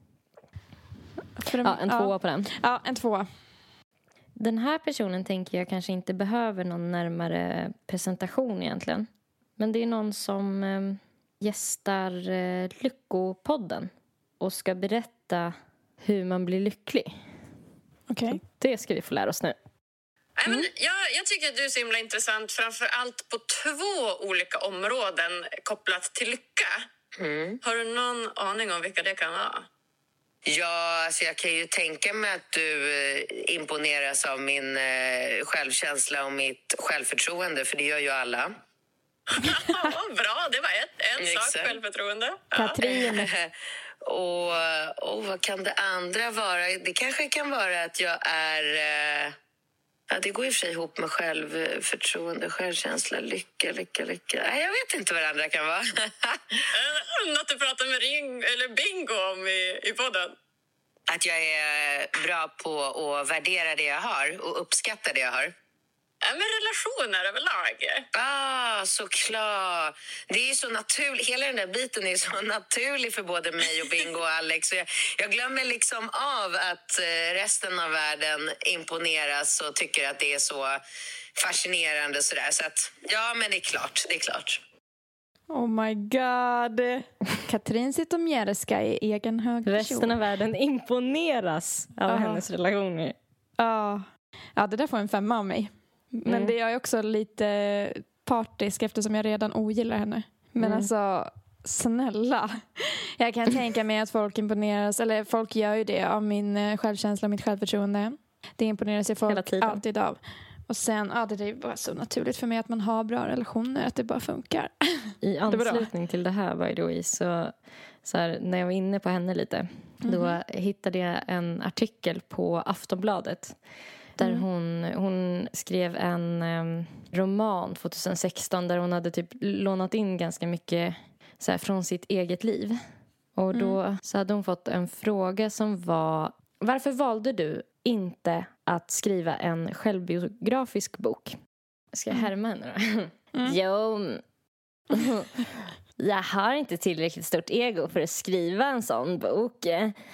De, ja, en tvåa ja. på den. Ja, en tvåa. Den här personen tänker jag kanske inte behöver någon närmare presentation egentligen. Men det är någon som eh, gästar eh, Lyckopodden och ska berätta hur man blir lycklig. Okej. Okay. Det ska vi få lära oss nu. Nej, men jag, jag tycker att du är så himla intressant framför allt på två olika områden kopplat till lycka. Mm. Har du någon aning om vilka det kan vara? Ja, alltså jag kan ju tänka mig att du imponeras av min eh, självkänsla och mitt självförtroende, för det gör ju alla. Ja, bra, det var ett, en sak, självförtroende. Katrin. Ja. och, och vad kan det andra vara? Det kanske kan vara att jag är... Eh, ja, det går ju för sig ihop med självförtroende, självkänsla, lycka, lycka, lycka. Nej, jag vet inte vad det andra kan vara. Något du pratar med Ring, eller Bingo om i, i podden. Att jag är bra på att värdera det jag har och uppskatta det jag har. Ja, men relationer överlag. Ah, såklart. Det är ju så naturligt. Hela den där biten är så naturlig för både mig och Bingo och Alex. Och jag, jag glömmer liksom av att resten av världen imponeras och tycker att det är så fascinerande. Så, där. Så att, ja, men det är klart. Det är klart. Oh my god. Katrin Zytomierska i egen hög person. Resten av världen imponeras av uh. hennes relationer. Ja. Uh. Ja, det där får en femma av mig. Men mm. det är också lite partisk eftersom jag redan ogillar henne. Men mm. alltså, snälla. Jag kan tänka mig att folk imponeras, eller folk gör ju det av min självkänsla och mitt självförtroende. Det imponeras ju folk alltid av. Och sen, ja, det är bara så naturligt för mig att man har bra relationer, att det bara funkar. I anslutning till det här, by the way, så, så här, när jag var inne på henne lite, mm-hmm. då hittade jag en artikel på Aftonbladet. Där mm. hon, hon skrev en um, roman tjugohundrasexton där hon hade typ lånat in ganska mycket så här, från sitt eget liv. Och då mm. så hade hon fått en fråga som var: varför valde du inte att skriva en självbiografisk bok? Ska jag härma henne då? Mm. Jo, jag har inte tillräckligt stort ego för att skriva en sån bok.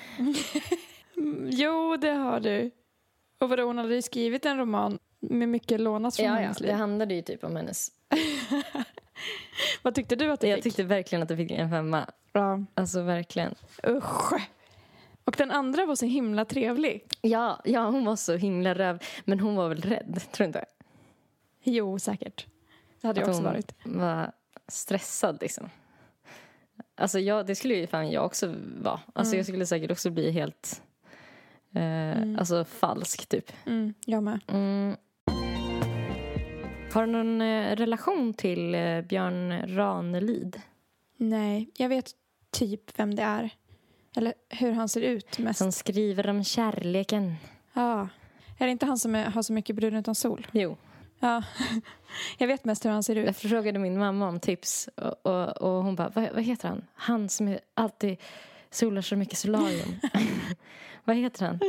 Jo, det har du. Och vadå, hon hade ju skrivit en roman med mycket lånat från ja, hennes ja, liv. det handlade ju typ om hennes. Vad tyckte du att det Jag fick? Jag tyckte verkligen att det fick en femma. Ja. Alltså verkligen. Usch. Och den andra var så himla trevlig. Ja, ja, hon var så himla röv. Men hon var väl rädd, tror du inte? Jo, säkert. Det hade jag också varit. Hon var stressad liksom. Alltså jag, det skulle ju fan jag också vara. Alltså mm. jag skulle säkert också bli helt... Eh, mm. Alltså falsk typ. Mm, jag med. Mm. Har du någon eh, relation till eh, Björn Ranelid? Nej, jag vet typ vem det är. Eller hur han ser ut mest. Som skriver om kärleken. Ja. Är det inte han som är, har så mycket brun utan sol? Jo. Ja. Jag vet mest hur han ser ut. Jag frågade min mamma om tips. Och, och, och hon bara, vad, vad heter han? Han som är alltid solar så mycket solarium. Vad heter han?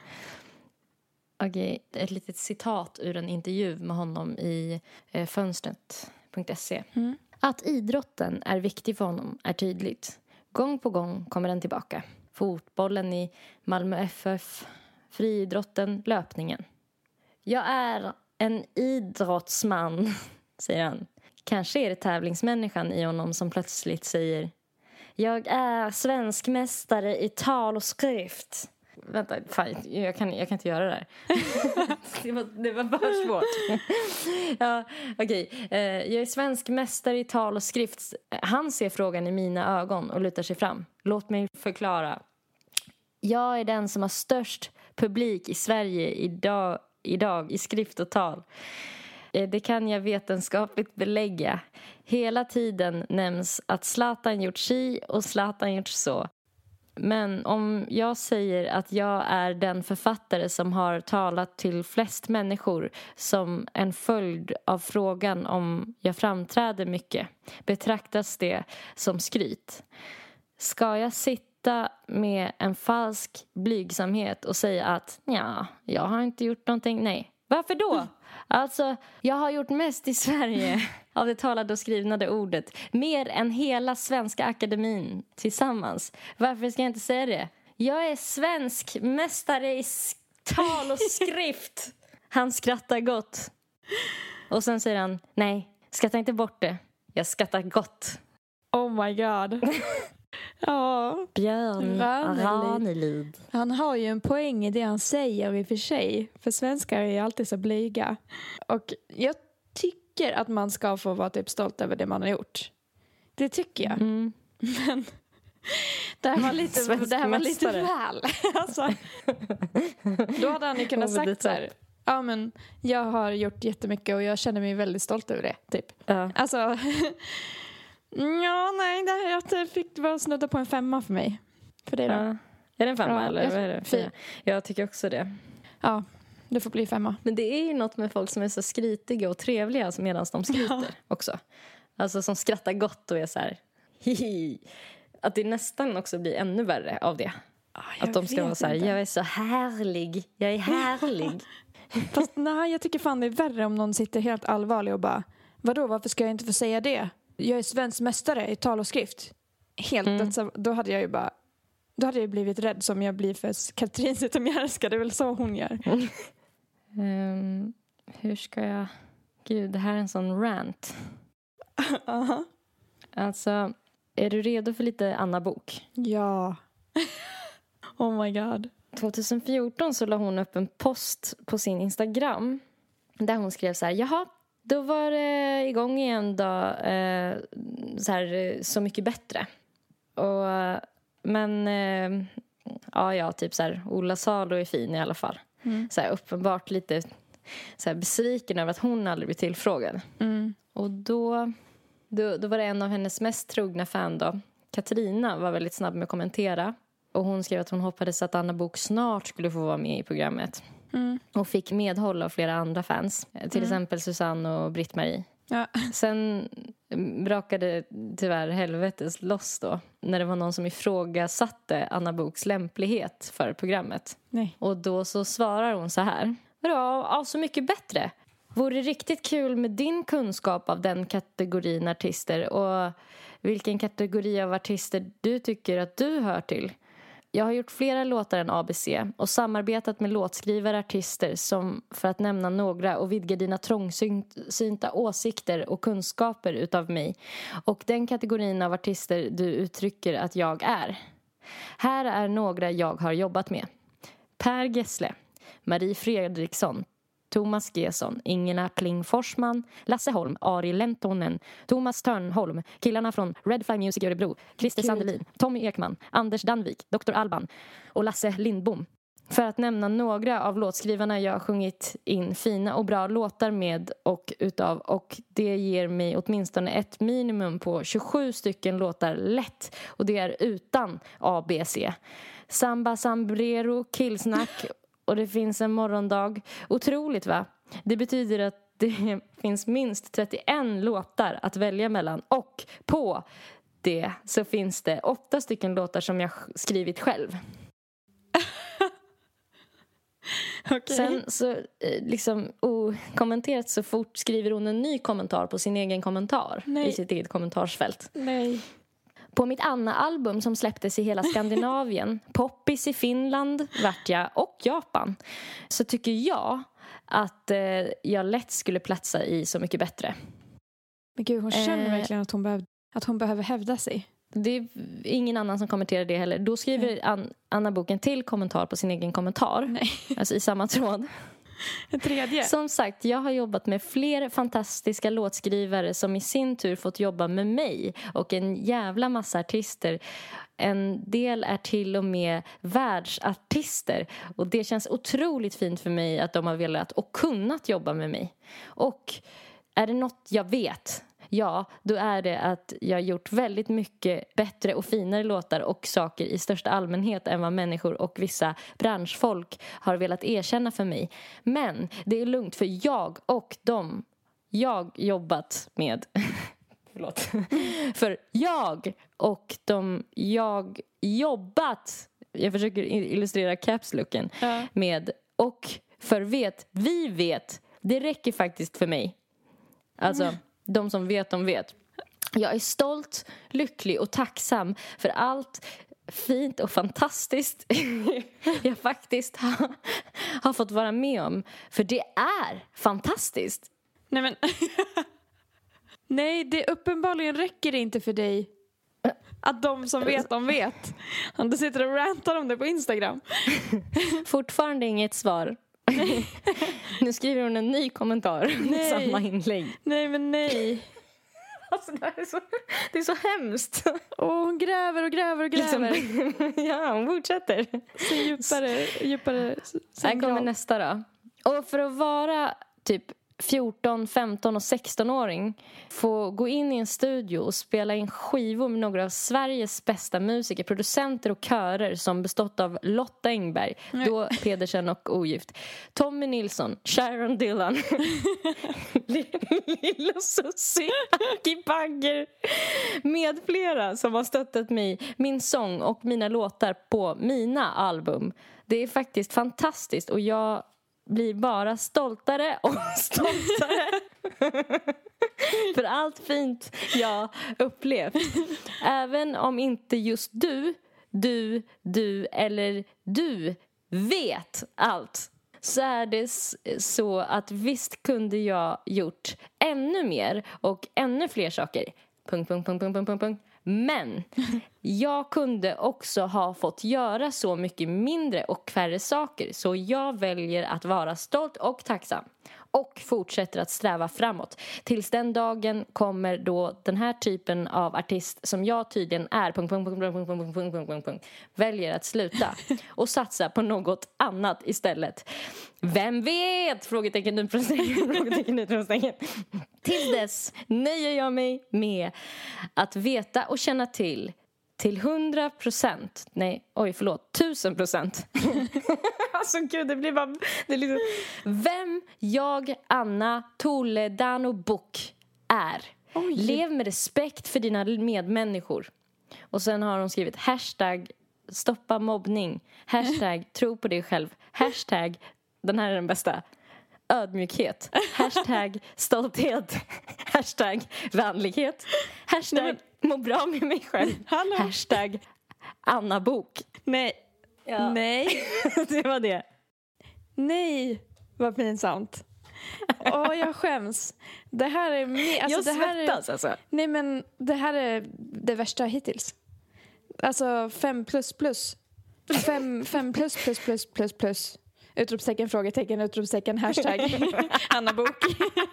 Okej, okay, ett litet citat ur en intervju med honom i eh, fönstret punkt se. Mm. Att idrotten är viktig för honom är tydligt. Gång på gång kommer den tillbaka. Fotbollen i Malmö F F, friidrotten, löpningen. Jag är en idrottsman, säger han. Kanske är det tävlingsmänniskan i honom som plötsligt säger: jag är svensk mästare i tal och skrift. Vänta, fan, jag kan, jag kan inte göra det där. det, var, det var bara svårt. ja, okej. Okay. Eh, jag är svensk mästare i tal och skrift. Han ser frågan i mina ögon och lutar sig fram. Låt mig förklara. Jag är den som har störst publik i Sverige idag idag i skrift och tal. Det kan jag vetenskapligt belägga. Hela tiden nämns att Zlatan gjort si och Zlatan gjort så. Men om jag säger att jag är den författare som har talat till flest människor som en följd av frågan om jag framträder mycket, betraktas det som skryt. Ska jag sitta med en falsk blygsamhet och säga att ja, jag har inte gjort någonting? Nej. Varför då? Alltså, jag har gjort mest i Sverige av det talade och skrivnade ordet. Mer än hela Svenska akademin tillsammans. Varför ska jag inte säga det? Jag är svensk mästare i tal och skrift. Han skrattar gott. Och sen säger han, nej, skratta inte bort det. Jag skrattar gott. Oh my god. Ja, Björn Ranelid. Han har ju en poäng i det han säger i och för sig. För svenskar är ju alltid så blyga. Och jag tycker att man ska få vara typ stolt över det man har gjort. Det tycker jag. Mm. Men det här var lite, det här var lite väl. Alltså, då hade han ju kunnat oh, sagt så här. Ja, men jag har gjort jättemycket och jag känner mig väldigt stolt över det. Typ. Uh. Alltså... Ja, nej, det här jag fick vara snudda på en femma för mig. För det då. Ja. Är det en femma ja, eller vad är det? Fyra. Jag tycker också det. Ja, det får bli femma. Men det är ju något med folk som är så skritiga och trevliga medan de skryter ja. också. Alltså som skrattar gott och är så här hihi. Att det nästan också blir ännu värre av det. Ah, att de ska vara så här, jag är så härlig, jag är härlig. Fast nej, jag tycker fan det är värre om någon sitter helt allvarlig och bara, vadå, varför ska jag inte få säga det? Jag är svensk mästare i tal och skrift. Helt, mm. alltså, då hade jag ju bara då hade jag blivit rädd som jag blir för Katrin Zytomierska. Det är väl så hon gör. Mm. Um, hur ska jag... Gud, det här är en sån rant. Uh-huh. Alltså, är du redo för lite Anna Bok? Ja. Oh my god. tjugohundrafjorton så la hon upp en post på sin Instagram där hon skrev så här, jaha, då var det igång igen då, eh, så, här, så mycket bättre. Och, men, eh, ja, ja, typ så här, Ola Salo är fin i alla fall. Mm. Så här, uppenbart lite så här, besviken över att hon aldrig blir tillfrågad. Mm. Och då, då, då var det en av hennes mest trogna fan då, Katarina, var väldigt snabb med att kommentera. Och hon skrev att hon hoppades att Anna Bok snart skulle få vara med i programmet. Mm. Och fick medhåll av flera andra fans. Till mm. exempel Susanne och Britt-Marie. Ja. Sen brakade tyvärr helvetes loss då. När det var någon som ifrågasatte Anna Boks lämplighet för programmet. Nej. Och då så svarar hon så här. Vadå, ja, så mycket bättre. Vore det riktigt kul med din kunskap av den kategorin artister. Och vilken kategori av artister du tycker att du hör till. Jag har gjort flera låtar än A B C och samarbetat med låtskrivare artister som, för att nämna några, och vidga dina trångsynta åsikter och kunskaper utav mig och den kategorin av artister du uttrycker att jag är. Här är några jag har jobbat med. Per Gessle, Marie Fredriksson, Thomas Gesson, Ingela Kling Forsman, Lasse Holm, Ari Lentonen, Thomas Törnholm, killarna från Red Flag Music i Örebro, Christer Sandelin, Tommy Ekman, Anders Danvik, doktor Alban och Lasse Lindbom. För att nämna några av låtskrivarna jag har sjungit in fina och bra låtar med och utav, och det ger mig åtminstone ett minimum på tjugosju stycken låtar lätt, och det är utan A B C. Samba Sambrero, Killsnack och det finns en morgondag. Otroligt, va? Det betyder att det finns minst trettioen låtar att välja mellan. Och på det så finns det åtta stycken låtar som jag skrivit själv. Okay. Sen så liksom okommenterat så fort skriver hon en ny kommentar på sin egen kommentar. Nej. I sitt eget kommentarsfält. Nej. På mitt Anna-album som släpptes i hela Skandinavien, Poppis i Finland, Vartja och Japan, så tycker jag att eh, jag lätt skulle platsa i Så mycket bättre. Men gud, hon känner eh, verkligen att hon, behöv, att hon behöver hävda sig. Det är ingen annan som kommenterar det heller. Då skriver An- Anna Bok en till kommentar på sin egen kommentar. Nej. Alltså i samma tråd. En tredje. Som sagt, jag har jobbat med fler fantastiska låtskrivare som i sin tur fått jobba med mig och en jävla massa artister. En del är till och med världsartister och det känns otroligt fint för mig att de har velat och kunnat jobba med mig. Och är det något jag vet, ja, då är det att jag har gjort väldigt mycket bättre och finare låtar och saker i största allmänhet än vad människor och vissa branschfolk har velat erkänna för mig. Men det är lugnt för jag och de jag jobbat med förlåt för jag och de jag jobbat jag försöker illustrera capslooken ja. med och för vet, vi vet, det räcker faktiskt för mig. Alltså, mm. de som vet, de vet. Jag är stolt, lycklig och tacksam för allt fint och fantastiskt jag faktiskt har, har fått vara med om. För det är fantastiskt. Nej, men... Nej, det uppenbarligen räcker det inte för dig att de som vet, de vet. Om du sitter och rantar om det på Instagram. Fortfarande inget svar. Nu skriver hon en ny kommentar i samma inlägg. Nej, men nej. Alltså, det, är så, det är så hemskt. Och hon gräver och gräver och gräver. Liksom, ja, hon fortsätter. Så djupare, djupare. Här kommer nästa då. Och för att vara typ fjorton, femton och sexton-åring få gå in i en studio och spela in skivor med några av Sveriges bästa musiker, producenter och körer som bestått av Lotta Engberg, Nej. då Pedersen och ogift, Tommy Nilsson, Sharon Dillon, Lilla Susie, Aki Bagger med flera som har stöttat mig, min sång och mina låtar på mina album. Det är faktiskt fantastiskt och jag blir bara stoltare och stoltare för allt fint jag upplevt. Även om inte just du, du, du eller du vet allt, så är det så att visst kunde jag gjort ännu mer och ännu fler saker. Punkt, punkt, punkt, punkt, punkt, punkt. Men jag kunde också ha fått göra så mycket mindre och färre saker. Så jag väljer att vara stolt och tacksam. Och fortsätter att sträva framåt. Tills den dagen kommer då den här typen av artist som jag tydligen är punkt, punkt, punkt, punkt, punkt, punkt, punkt, punkt, punkt, väljer att sluta. Och satsa på något annat istället. Vem vet? Frågetecken, utropstecken, frågetecken, utropstecken. Till dess nöjer jag mig med att veta och känna till till hundra procent. Nej, oj förlåt, tusen procent. Alltså gud, det blir bara det är liksom, vem jag, Anna Toledano Book är. Oj. Lev med respekt för dina medmänniskor. Och sen har hon skrivit hashtag stoppa mobbning, hashtag tro på dig själv, hashtag, den här är den bästa, ödmjukhet, hashtag stolthet, hashtag vänlighet, hashtag må bra med mig själv, Hallå. hashtag Anna Bok. Nej, ja. nej. Det var det. Nej, vad pinsamt. Åh, oh, jag skäms. Det här är me- alltså, jag det här svettas är, alltså. Nej, men det här är det värsta hittills. Alltså fem plus plus. Fem, fem plus plus plus plus plus. Utropstecken, frågetecken, utropstecken, hashtag Anna Bok.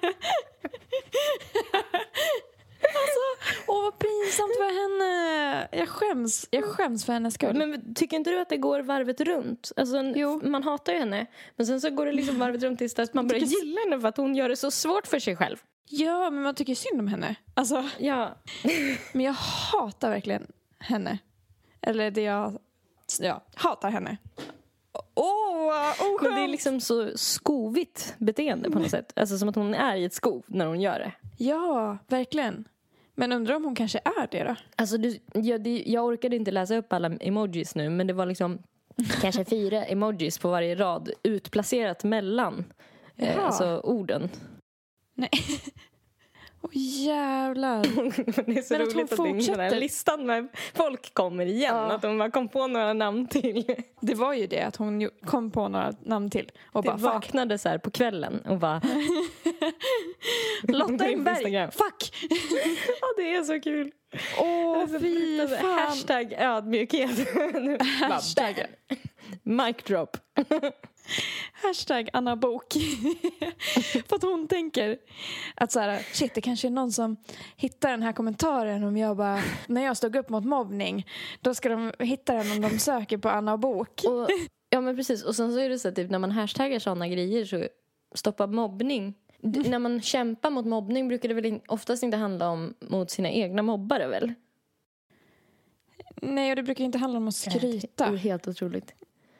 Alltså, åh vad pinsamt för henne. Jag skäms, jag skäms för hennes skull. Men tycker inte du att det går varvet runt? Alltså, jo. Man hatar ju henne. Men sen så går det liksom varvet runt tills att man börjar gilla henne för att hon gör det så svårt för sig själv. Ja, men man tycker synd om henne. Alltså, ja. Men jag hatar verkligen henne. Eller det jag ja, hatar henne. Åh, oh, men det är liksom så skovigt beteende på något sätt. Alltså som att hon är i ett skov när hon gör det. Ja, verkligen. Men undrar om hon kanske är det då? Alltså du, jag, det, jag orkade inte läsa upp alla emojis nu. Men det var liksom kanske fyra emojis på varje rad utplacerat mellan eh, alltså orden. Nej. Åh oh, jävlar. Det är så men roligt att, att den här listan med folk kommer igen. Ja. Att hon bara kom på några namn till. Det var ju det, att hon kom på några namn till. Och det bara, vaknade så här på kvällen och bara Lotta Engberg. Fuck! Ja, det är så kul. Åh, fy fan. Hashtag ödmjukhet. Hashtag. Mic drop. Hashtag Anna Bok. För att hon tänker att så här, shit, det kanske är någon som hittar den här kommentaren om jag bara, när jag stod upp mot mobbning, då ska de hitta den om de söker på Anna Bok. Och, ja, men precis. Och sen så är det så att typ, när man hashtaggar sådana grejer så stoppa mobbning. D- när man kämpar mot mobbning brukar det väl in- oftast inte handla om mot sina egna mobbare, väl? Nej, och det brukar inte handla om att skryta. Det är helt otroligt.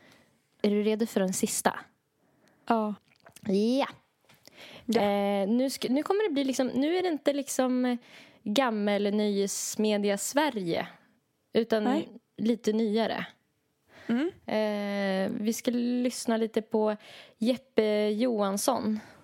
Är du redo för den sista? Ja. Ja. Ja. Eh, nu, sk- nu kommer det bli liksom, nu är det inte liksom gammel nöjesmedia Sverige, utan Nej. lite nyare. Mm. Eh, vi ska lyssna lite på Jeppe Johansson.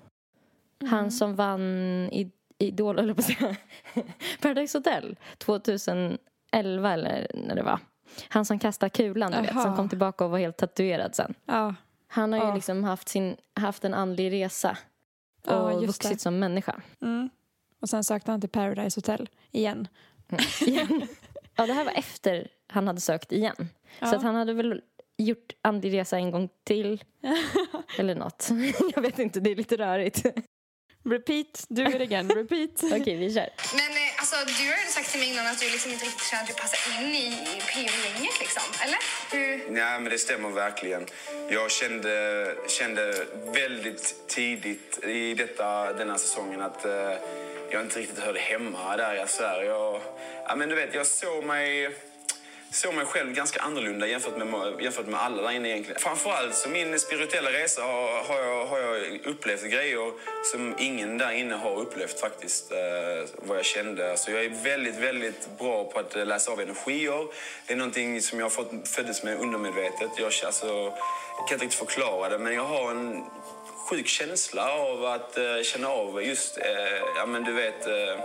Mm. Han som vann i Idol, eller på att säga, Paradise Hotel tjugoelva eller när det var. Han som kastade kulan, du vet, som kom tillbaka och var helt tatuerad sen. Ja. Han har ju Ja. liksom haft, sin, haft en andlig resa och Ja, just vuxit det. som människa. Mm. Och sen sökte han till Paradise Hotel igen. Igen. Ja, det här var efter han hade sökt igen. Ja. Så att han hade väl gjort andlig resa en gång till. Eller något. Jag vet inte, det är lite rörigt. Repeat, do it again, repeat. Okej, okay, vi kör. Men eh, alltså, du har ju sagt till mig innan att du liksom inte riktigt känner att du passar in i P O-gänget liksom, eller? Hur? Nej, men det stämmer verkligen. Jag kände, kände väldigt tidigt i detta, denna säsongen att eh, jag inte riktigt hörde hemma där i Sverige. Jag, ja, men du vet, jag såg mig... såg mig själv ganska annorlunda jämfört med, jämfört med alla där inne egentligen. Framförallt så min spirituella resa har, har, jag, har jag upplevt grejer som ingen där inne har upplevt faktiskt, eh, vad jag kände. Alltså jag är väldigt, väldigt bra på att läsa av energier. Det är någonting som jag har fått föddes med undermedvetet. Jag, alltså, jag kan inte riktigt förklara det, men jag har en sjuk känsla av att eh, känna av just, eh, ja men du vet... Eh,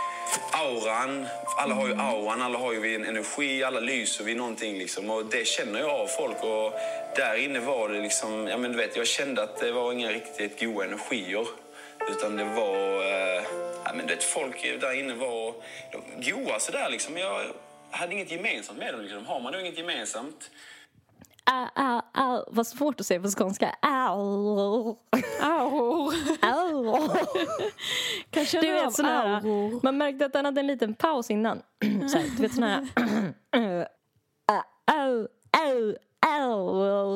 auran, alla har ju auran, alla har ju en energi, alla lyser vid någonting liksom, och det känner jag av folk, och där inne var det liksom, ja men du vet, jag kände att det var inga riktigt goda energier, utan det var, eh, ja men du vet, folk där inne var goa sådär liksom, jag hade inget gemensamt med dem liksom, har man då inget gemensamt? Au, au, au. Vad svårt att säga på skånska. Au. Au. Au. Kanske Du vet sån här. Au. Man märkte att han hade en liten paus innan. Så här, du vet sån här. Au, au, au.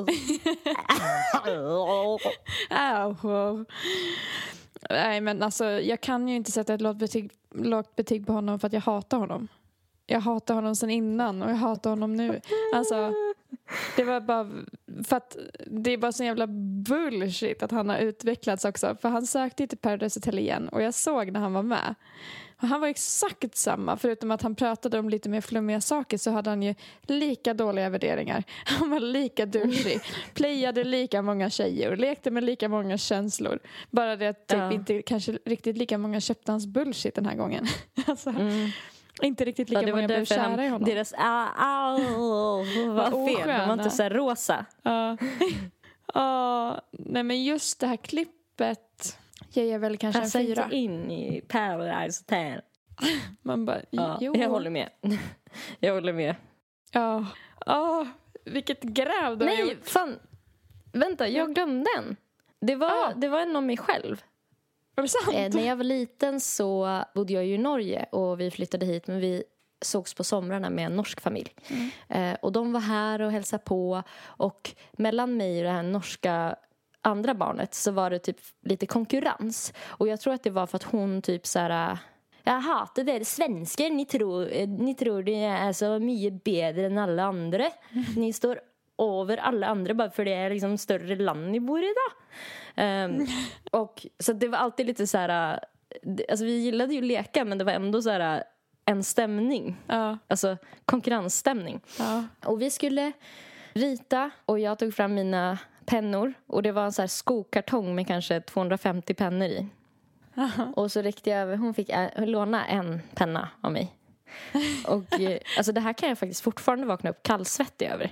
Au. Nej, men alltså, jag kan ju inte sätta ett lågt betyg, lågt betyg på honom för att jag hatar honom. Jag hatar honom sedan innan och jag hatar honom nu. Alltså, det var bara för att det är bara så jävla bullshit att han har utvecklats också. För han sökte till Paradise Hotel igen och jag såg när han var med. Och han var exakt samma, förutom att han pratade om lite mer flummiga saker, så hade han ju lika dåliga värderingar. Han var lika douchey, playade lika många tjejer och lekte med lika många känslor. Bara det att typ ja. inte kanske riktigt lika många köpte hans bullshit den här gången. Alltså, Mm. inte riktigt lika ja, många blev kära han, i honom. Deras au, au var fel, de var inte så här rosa. Ja. Ja, nej men just det här klippet ger jag väl kanske Passar en fyra. inte in i Paradise Hotel. Man bara, Ja, jo. jag håller med. Jag håller med. Ja, ja, vilket gräv du har Nej, gjort. fan. Vänta, jag glömde en. Det var, Ah. det var en om mig själv. Var det sant? Eh, när jag var liten så bodde jag ju i Norge och vi flyttade hit, men vi sågs på somrarna med en norsk familj. Mm. Eh, och de var här och hälsade på, och mellan mig och det här norska andra barnet så var det typ lite konkurrens. Och jag tror att det var för att hon typ så här: jag hatar det svenskar, ni tror, ni tror det är så mycket bättre än alla andra. Mm. Ni står över alla andra bara för det är liksom större land ni bor i då. Um, och så det var alltid lite så här, alltså vi gillade ju leka, men det var ändå så här en stämning. Ja. Alltså konkurrensstämning. Ja. Och vi skulle rita och jag tog fram mina pennor, och det var en så här skokartong med kanske tvåhundrafemtio pennor i. Aha. Och så räckte jag över, hon fick ä- låna en penna av mig. Och alltså det här kan jag faktiskt fortfarande vakna upp kallsvettig över.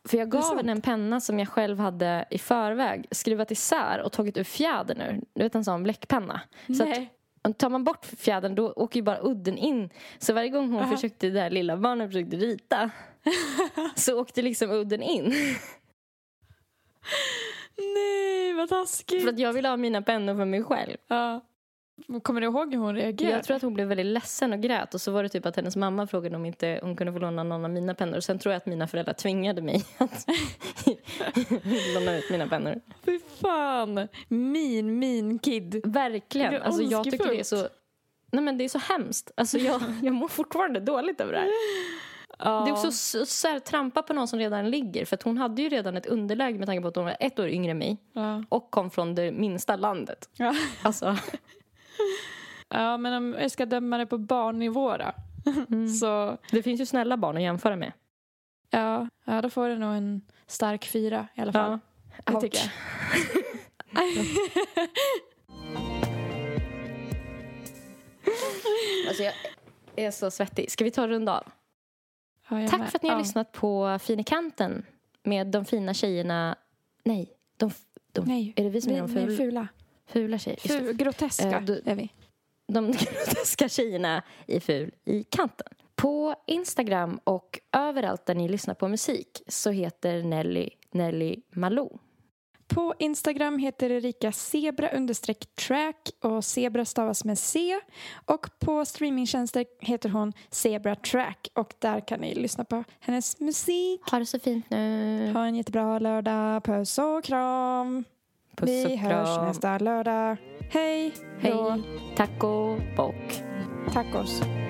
För jag gav sant? henne en penna som jag själv hade i förväg skruvat isär och tagit ur fjädern ur. Du vet, en sån bläckpenna. Så Nej. att, tar man bort fjädern då åker ju bara udden in. Så varje gång hon Aha. försökte, det där lilla barnet försökte rita så åkte liksom udden in. Nej, vad taskigt. För att jag ville ha mina pennor för mig själv. Ja. Kommer du ihåg hur hon reagerade? Jag tror att hon blev väldigt ledsen och grät. Och så var det typ att hennes mamma frågade om inte hon kunde få låna någon av mina pennor. Och sen tror jag att mina föräldrar tvingade mig att låna ut mina pennor. Fy fan. Min, min kid. Verkligen. Det är Alltså jag tycker det är så... Nej, men det är så hemskt. Alltså jag, jag mår fortfarande dåligt över det här. Ja. Det är också så, så här, trampa på någon som redan ligger. För att hon hade ju redan ett underläge med tanke på att hon var ett år yngre än mig. Ja. Och kom från det minsta landet. Ja. Alltså... Ja, men om jag ska döma det på barnnivå då. Mm. Så Det finns ju snälla barn att jämföra med. ja, ja, då får det nog en stark fyra i alla fall. Ja, Det tycker jag. Alltså jag är så svettig. Ska vi ta en runda av? Ja, jag Tack med. för att ni har Ja. lyssnat på Finikanten med de fina tjejerna. Nej, de, de, Nej, är det vi som vi, är de nej, ful, fula. fula tjejer? Just Ful, det. groteska Eh, du- är vi. De groteska tjejerna i Ful i kanten. På Instagram och överallt där ni lyssnar på musik så heter Nelly Nelly Malou. På Instagram heter Erika Zebra understreck track och Zebra stavas med C. Och på streamingtjänster heter hon Zebra Track och där kan ni lyssna på hennes musik. Ha det så fint nu. Ha en jättebra lördag. Puss och kram. Puss Vi och hörs kram. nästa lördag. Hej. Hej. Då. Taco bock. Tacos.